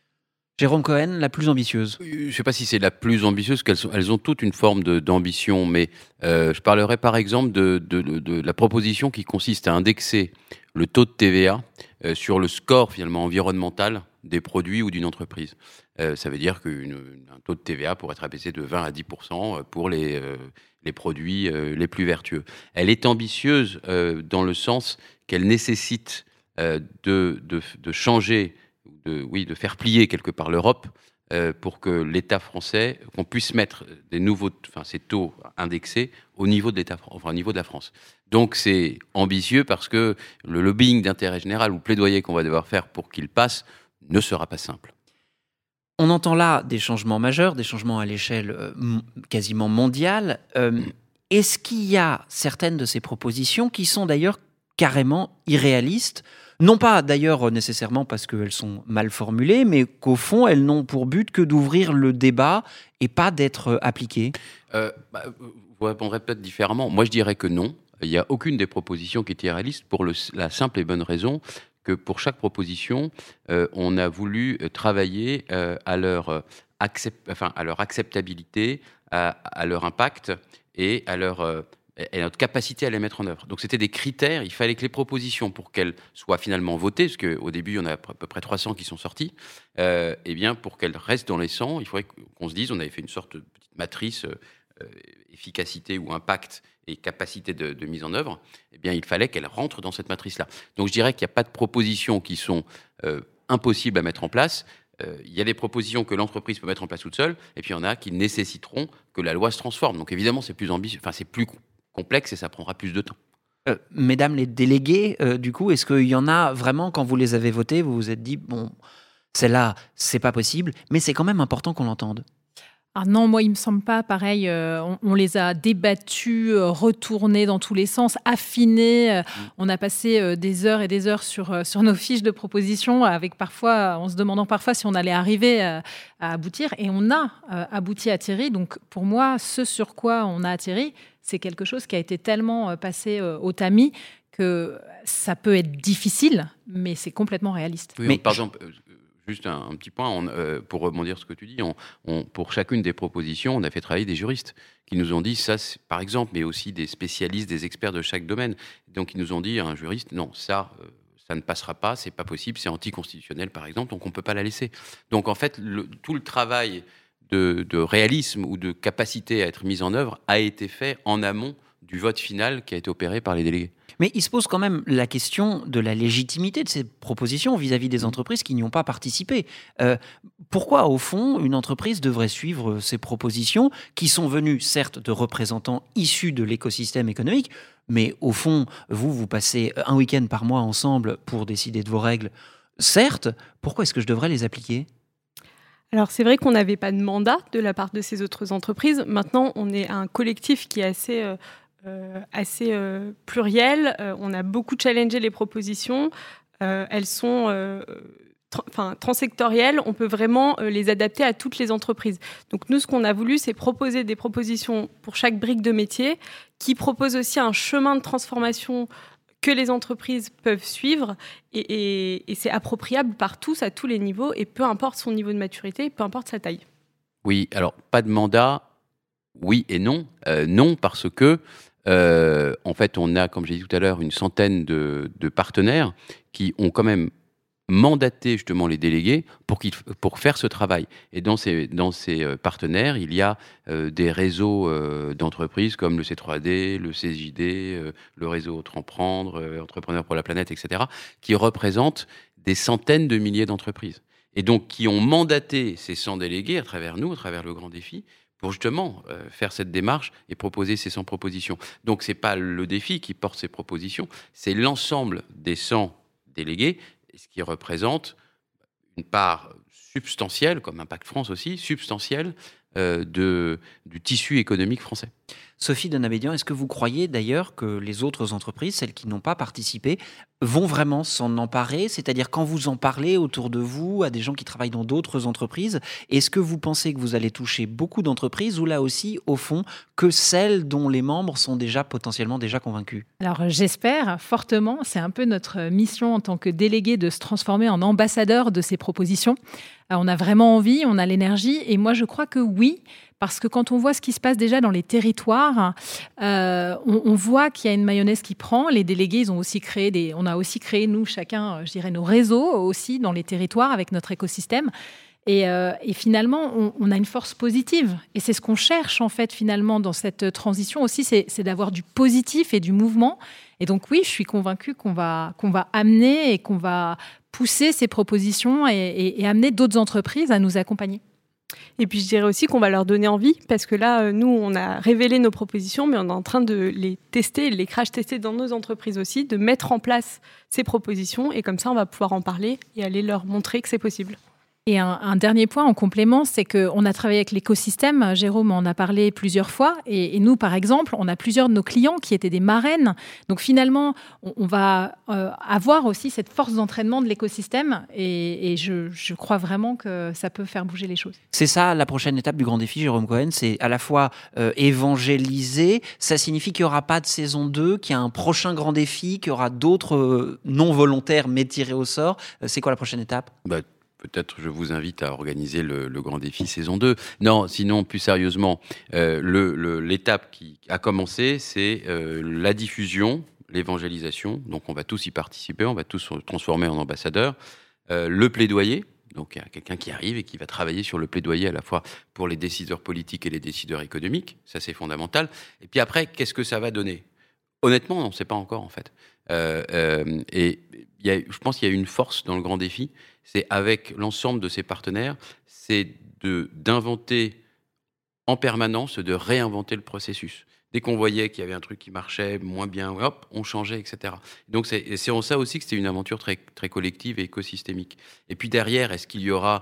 Jérôme Cohen, la plus ambitieuse? Je ne sais pas si c'est la plus ambitieuse, qu'elles sont, elles ont toutes une forme de, d'ambition, mais euh, je parlerai par exemple de, de, de, de la proposition qui consiste à indexer le taux de T V A euh, sur le score finalement environnemental des produits ou d'une entreprise. Euh, ça veut dire qu'un taux de T V A pourrait être abaissé de vingt à dix pour cent pour les, euh, les produits euh, les plus vertueux. Elle est ambitieuse euh, dans le sens qu'elle nécessite euh, de, de, de changer, de, oui, de faire plier quelque part l'Europe euh, pour que l'État français, qu'on puisse mettre des nouveaux, enfin ces taux indexés au niveau de l'État, enfin au niveau de la France. Donc c'est ambitieux parce que le lobbying d'intérêt général ou le plaidoyer qu'on va devoir faire pour qu'il passe ne sera pas simple. On entend là des changements majeurs, des changements à l'échelle euh, m- quasiment mondiale. Euh, mmh. Est-ce qu'il y a certaines de ces propositions qui sont d'ailleurs carrément irréalistes? Non pas d'ailleurs nécessairement parce qu'elles sont mal formulées, mais qu'au fond, elles n'ont pour but que d'ouvrir le débat et pas d'être appliquées. Euh, bah, vous répondrez peut-être différemment. Moi, je dirais que non. Il n'y a aucune des propositions qui est irréaliste pour le, la simple et bonne raison que pour chaque proposition, euh, on a voulu travailler euh, à, leur accept, enfin, à leur acceptabilité, à, à leur impact et à leur... Euh, et notre capacité à les mettre en œuvre. Donc c'était des critères, il fallait que les propositions, pour qu'elles soient finalement votées, parce qu'au début, il y en a à peu près trois cents qui sont sorties, euh, et bien pour qu'elles restent dans les cent, il faudrait qu'on se dise, on avait fait une sorte de petite matrice euh, efficacité ou impact et capacité de, de mise en œuvre, eh bien il fallait qu'elles rentrent dans cette matrice-là. Donc je dirais qu'il n'y a pas de propositions qui sont euh, impossibles à mettre en place. Euh, il y a des propositions que l'entreprise peut mettre en place toute seule, et puis il y en a qui nécessiteront que la loi se transforme. Donc évidemment, c'est plus ambitieux, enfin c'est plus complexe et ça prendra plus de temps. Euh, mesdames les déléguées, euh, du coup, est-ce qu'il y en a vraiment, quand vous les avez votées, vous vous êtes dit, bon, celle-là, c'est pas possible, mais c'est quand même important qu'on l'entende? Ah non, moi, il me semble pas. Pareil, euh, on, on les a débattus, euh, retournés dans tous les sens, affinés. Euh, mmh. On a passé euh, des heures et des heures sur, euh, sur nos fiches de propositions, avec parfois, en se demandant parfois si on allait arriver à, à aboutir. Et on a euh, abouti à Thierry. Donc, pour moi, ce sur quoi on a atterri, c'est quelque chose qui a été tellement euh, passé euh, au tamis que ça peut être difficile, mais c'est complètement réaliste. Oui, mais on, par exemple... Juste un, un petit point, on, euh, pour rebondir sur ce que tu dis, on, on, pour chacune des propositions, on a fait travailler des juristes qui nous ont dit ça, par exemple, mais aussi des spécialistes, des experts de chaque domaine. Donc, ils nous ont dit, un juriste, non, ça, euh, ça ne passera pas, c'est pas possible, c'est anticonstitutionnel, par exemple, donc on ne peut pas la laisser. Donc, en fait, le, tout le travail de, de réalisme ou de capacité à être mis en œuvre a été fait en amont du vote final qui a été opéré par les délégués. Mais il se pose quand même la question de la légitimité de ces propositions vis-à-vis des entreprises qui n'y ont pas participé. Euh, pourquoi, au fond, une entreprise devrait suivre ces propositions qui sont venues, certes, de représentants issus de l'écosystème économique, mais au fond, vous, vous passez un week-end par mois ensemble pour décider de vos règles. Certes, pourquoi est-ce que je devrais les appliquer ? Alors c'est vrai qu'on n'avait pas de mandat de la part de ces autres entreprises. Maintenant, on est un collectif qui est assez... Euh, Euh, assez euh, pluriel. Euh, on a beaucoup challengé les propositions. Euh, elles sont euh, tra- transsectorielles. On peut vraiment euh, les adapter à toutes les entreprises. Donc nous, ce qu'on a voulu, c'est proposer des propositions pour chaque brique de métier qui propose aussi un chemin de transformation que les entreprises peuvent suivre et, et, et c'est appropriable par tous, à tous les niveaux, et peu importe son niveau de maturité, peu importe sa taille. Oui, alors pas de mandat, oui et non. Euh, non, parce que Euh, en fait, on a, comme j'ai dit tout à l'heure, une centaine de, de partenaires qui ont quand même mandaté justement les délégués pour, qu'ils, pour faire ce travail. Et dans ces, dans ces partenaires, il y a euh, des réseaux euh, d'entreprises comme le C trois D, le C J D, euh, le réseau Entreprendre, euh, Entrepreneurs pour la planète, et cetera, qui représentent des centaines de milliers d'entreprises. Et donc, qui ont mandaté ces cent délégués à travers nous, à travers le Grand Défi, pour justement euh, faire cette démarche et proposer ces cent propositions. Donc, ce n'est pas le défi qui porte ces propositions, c'est l'ensemble des cent délégués, ce qui représente une part substantielle, comme Impact France aussi, substantielle euh, de, du tissu économique français. Sophie de Nabédian, est-ce que vous croyez d'ailleurs que les autres entreprises, celles qui n'ont pas participé, vont vraiment s'en emparer ? C'est-à-dire quand vous en parlez autour de vous, à des gens qui travaillent dans d'autres entreprises, est-ce que vous pensez que vous allez toucher beaucoup d'entreprises ou là aussi, au fond, que celles dont les membres sont déjà potentiellement déjà convaincus ? Alors j'espère fortement, c'est un peu notre mission en tant que délégué de se transformer en ambassadeur de ces propositions. On a vraiment envie, on a l'énergie et moi je crois que oui. Parce que quand on voit ce qui se passe déjà dans les territoires, euh, on, on voit qu'il y a une mayonnaise qui prend. Les délégués, ils ont aussi créé des, on a aussi créé nous chacun, je dirais, nos réseaux aussi dans les territoires avec notre écosystème. Et, euh, et finalement, on, on a une force positive. Et c'est ce qu'on cherche en fait finalement dans cette transition aussi, c'est, c'est d'avoir du positif et du mouvement. Et donc oui, je suis convaincue qu'on va qu'on va amener et qu'on va pousser ces propositions et, et, et amener d'autres entreprises à nous accompagner. Et puis je dirais aussi qu'on va leur donner envie, parce que là, nous, on a révélé nos propositions, mais on est en train de les tester, les crash tester dans nos entreprises aussi, de mettre en place ces propositions, et comme ça, on va pouvoir en parler et aller leur montrer que c'est possible. Et un, un dernier point en complément, c'est qu'on a travaillé avec l'écosystème. Jérôme en a parlé plusieurs fois. Et, et nous, par exemple, on a plusieurs de nos clients qui étaient des marraines. Donc finalement, on, on va euh, avoir aussi cette force d'entraînement de l'écosystème. Et, et je, je crois vraiment que ça peut faire bouger les choses. C'est ça la prochaine étape du Grand Défi, Jérôme Cohen. C'est à la fois euh, évangéliser. Ça signifie qu'il n'y aura pas de saison deux, qu'il y a un prochain Grand Défi, qu'il y aura d'autres euh, non volontaires mais tirés au sort. Euh, c'est quoi la prochaine étape ? bah, Peut-être je vous invite à organiser le, le Grand Défi saison deux. Non, sinon, plus sérieusement, euh, le, le, l'étape qui a commencé, c'est euh, la diffusion, l'évangélisation. Donc, on va tous y participer, on va tous se transformer en ambassadeurs. Euh, le plaidoyer. Donc, il y a quelqu'un qui arrive et qui va travailler sur le plaidoyer à la fois pour les décideurs politiques et les décideurs économiques. Ça, c'est fondamental. Et puis après, qu'est-ce que ça va donner ? Honnêtement, on ne sait pas encore, en fait. Euh, euh, et y a, je pense qu'il y a une force dans le Grand Défi, c'est avec l'ensemble de ses partenaires, c'est de, d'inventer en permanence, de réinventer le processus. Dès qu'on voyait qu'il y avait un truc qui marchait moins bien, hop, on changeait, et cetera. Donc c'est, c'est en ça aussi que c'était une aventure très, très collective et écosystémique. Et puis derrière, est-ce qu'il y aura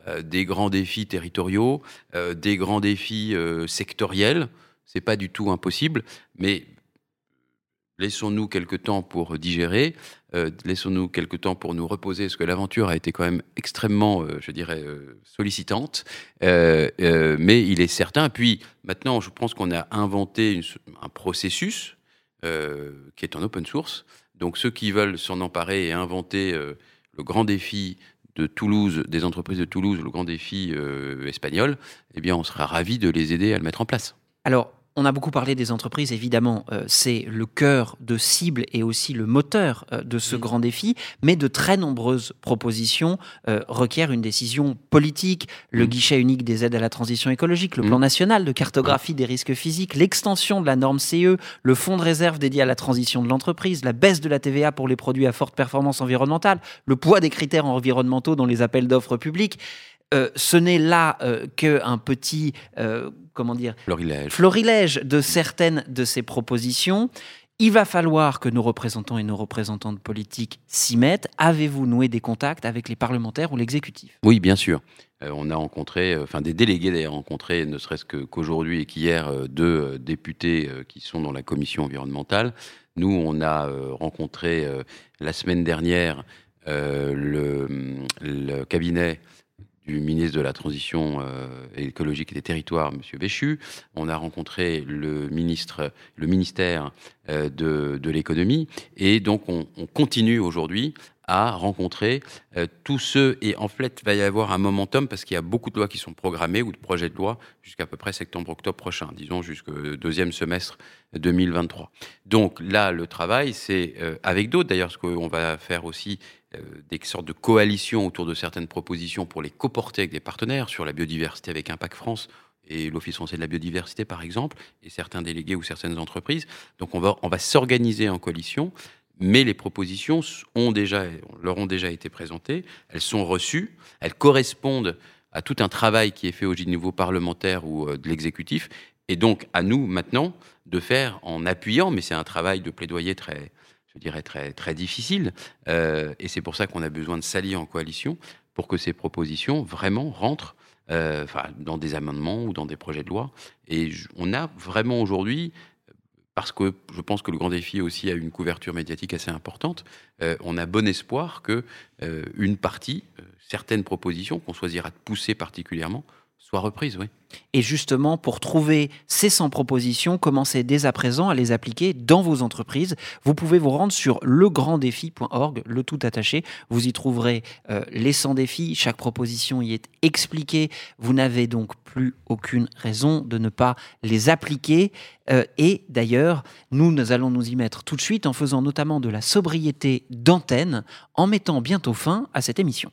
euh, des grands défis territoriaux, euh, des grands défis euh, sectoriels. C'est pas du tout impossible, mais laissons-nous quelques temps pour digérer, euh, laissons-nous quelques temps pour nous reposer, parce que l'aventure a été quand même extrêmement, euh, je dirais, euh, sollicitante. Euh, euh, mais il est certain. Puis maintenant, je pense qu'on a inventé une, un processus euh, qui est en open source. Donc ceux qui veulent s'en emparer et inventer euh, le grand défi de Toulouse, des entreprises de Toulouse, le grand défi euh, espagnol, eh bien, on sera ravis de les aider à le mettre en place. Alors, on a beaucoup parlé des entreprises, évidemment, euh, c'est le cœur de cible et aussi le moteur euh, de ce mmh. grand défi, mais de très nombreuses propositions euh, requièrent une décision politique, le mmh. guichet unique des aides à la transition écologique, le mmh. plan national de cartographie mmh. des risques physiques, l'extension de la norme C E, le fonds de réserve dédié à la transition de l'entreprise, la baisse de la T V A pour les produits à forte performance environnementale, le poids des critères environnementaux dans les appels d'offres publics. Euh, ce n'est là euh, qu'un petit euh, comment dire, florilège. florilège de certaines de ces propositions. Il va falloir que nos représentants et nos représentantes politiques s'y mettent. Avez-vous noué des contacts avec les parlementaires ou l'exécutif ? Oui, bien sûr. Euh, on a rencontré, enfin euh, des délégués d'ailleurs rencontré, ne serait-ce que, qu'aujourd'hui et qu'hier, euh, deux euh, députés euh, qui sont dans la commission environnementale. Nous, on a euh, rencontré euh, la semaine dernière euh, le, le cabinet du ministre de la Transition euh, écologique et des Territoires, M. Béchu. On a rencontré le ministre, le ministère euh, de, de l'économie. Et donc, on, on continue aujourd'hui à rencontrer euh, tous ceux. Et en fait, il va y avoir un momentum parce qu'il y a beaucoup de lois qui sont programmées ou de projets de loi jusqu'à peu près septembre-octobre prochain, disons jusqu'au deuxième semestre deux mille vingt-trois. Donc là, le travail, c'est euh, avec d'autres, d'ailleurs, ce qu'on va faire aussi, euh, des sortes de coalitions autour de certaines propositions pour les coporter avec des partenaires sur la biodiversité avec Impact France et l'Office français de la biodiversité, par exemple, et certains délégués ou certaines entreprises. Donc on va, on va s'organiser en coalition, mais les propositions ont déjà, leur ont déjà été présentées, elles sont reçues, elles correspondent à tout un travail qui est fait au niveau parlementaire ou de l'exécutif, et donc à nous maintenant de faire en appuyant, mais c'est un travail de plaidoyer très, je dirais très, très difficile, euh, et c'est pour ça qu'on a besoin de s'allier en coalition pour que ces propositions vraiment rentrent euh, enfin, dans des amendements ou dans des projets de loi. Et on a vraiment aujourd'hui, parce que je pense que le grand défi aussi a une couverture médiatique assez importante, euh, on a bon espoir que euh, une partie, euh, certaines propositions qu'on choisira de pousser particulièrement, soient reprises, oui. Et justement, pour trouver ces cent propositions, commencez dès à présent à les appliquer dans vos entreprises. Vous pouvez vous rendre sur le grand défi point org, le tout attaché. Vous y trouverez euh, les cent défis. Chaque proposition y est expliquée. Vous n'avez donc plus aucune raison de ne pas les appliquer. Euh, et d'ailleurs, nous, nous allons nous y mettre tout de suite en faisant notamment de la sobriété d'antenne, en mettant bientôt fin à cette émission.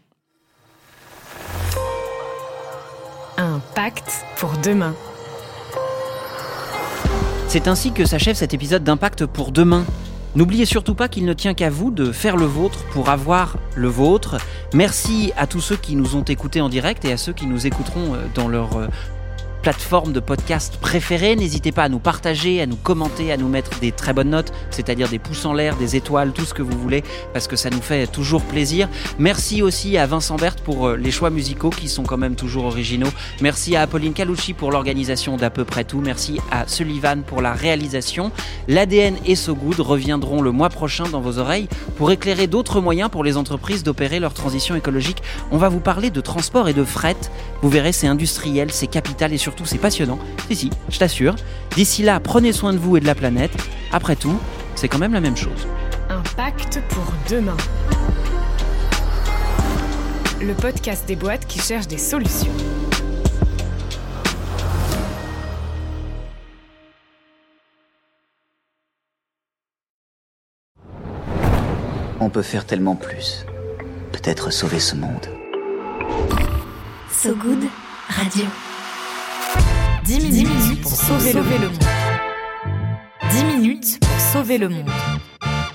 Un pacte pour demain. C'est ainsi que s'achève cet épisode d'Impact pour demain. N'oubliez surtout pas qu'il ne tient qu'à vous de faire le vôtre pour avoir le vôtre. Merci à tous ceux qui nous ont écoutés en direct et à ceux qui nous écouteront dans leur plateforme de podcast préférée. N'hésitez pas à nous partager, à nous commenter, à nous mettre des très bonnes notes, c'est-à-dire des pouces en l'air, des étoiles, tout ce que vous voulez, parce que ça nous fait toujours plaisir. Merci aussi à Vincent Berthe pour les choix musicaux qui sont quand même toujours originaux. Merci à Apolline Calucci pour l'organisation d'à peu près tout. Merci à Sullivan pour la réalisation. L'A D N et So Good reviendront le mois prochain dans vos oreilles pour éclairer d'autres moyens pour les entreprises d'opérer leur transition écologique. On va vous parler de transport et de fret. Vous verrez, c'est industriel, c'est capital et surtout c'est passionnant. Si, si, je t'assure. D'ici là, prenez soin de vous et de la planète. Après tout, c'est quand même la même chose. Un pacte pour demain. Le podcast des boîtes qui cherchent des solutions. On peut faire tellement plus. Peut-être sauver ce monde. So Good Radio. dix minutes pour sauver le monde. dix minutes pour sauver le monde.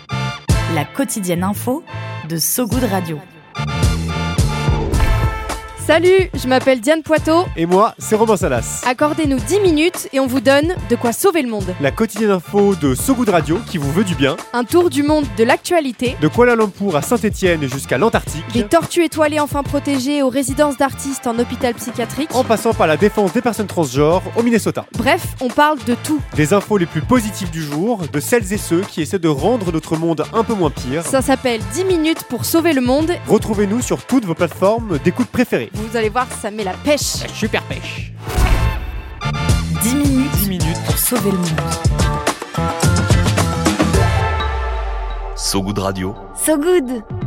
La quotidienne info de So Good Radio. Salut, je m'appelle Diane Poitot. Et moi, c'est Romain Salas. Accordez-nous dix minutes et on vous donne de quoi sauver le monde. La quotidienne info de So Good Radio qui vous veut du bien. Un tour du monde de l'actualité. De Kuala Lumpur à Saint-Étienne jusqu'à l'Antarctique. Des tortues étoilées enfin protégées aux résidences d'artistes en hôpital psychiatrique. En passant par la défense des personnes transgenres au Minnesota. Bref, on parle de tout. Des infos les plus positives du jour, de celles et ceux qui essaient de rendre notre monde un peu moins pire. Ça s'appelle dix minutes pour sauver le monde. Retrouvez-nous sur toutes vos plateformes d'écoute préférées. Vous allez voir, ça met la pêche. La super pêche. dix minutes, dix minutes pour sauver le monde. So Good Radio. So good.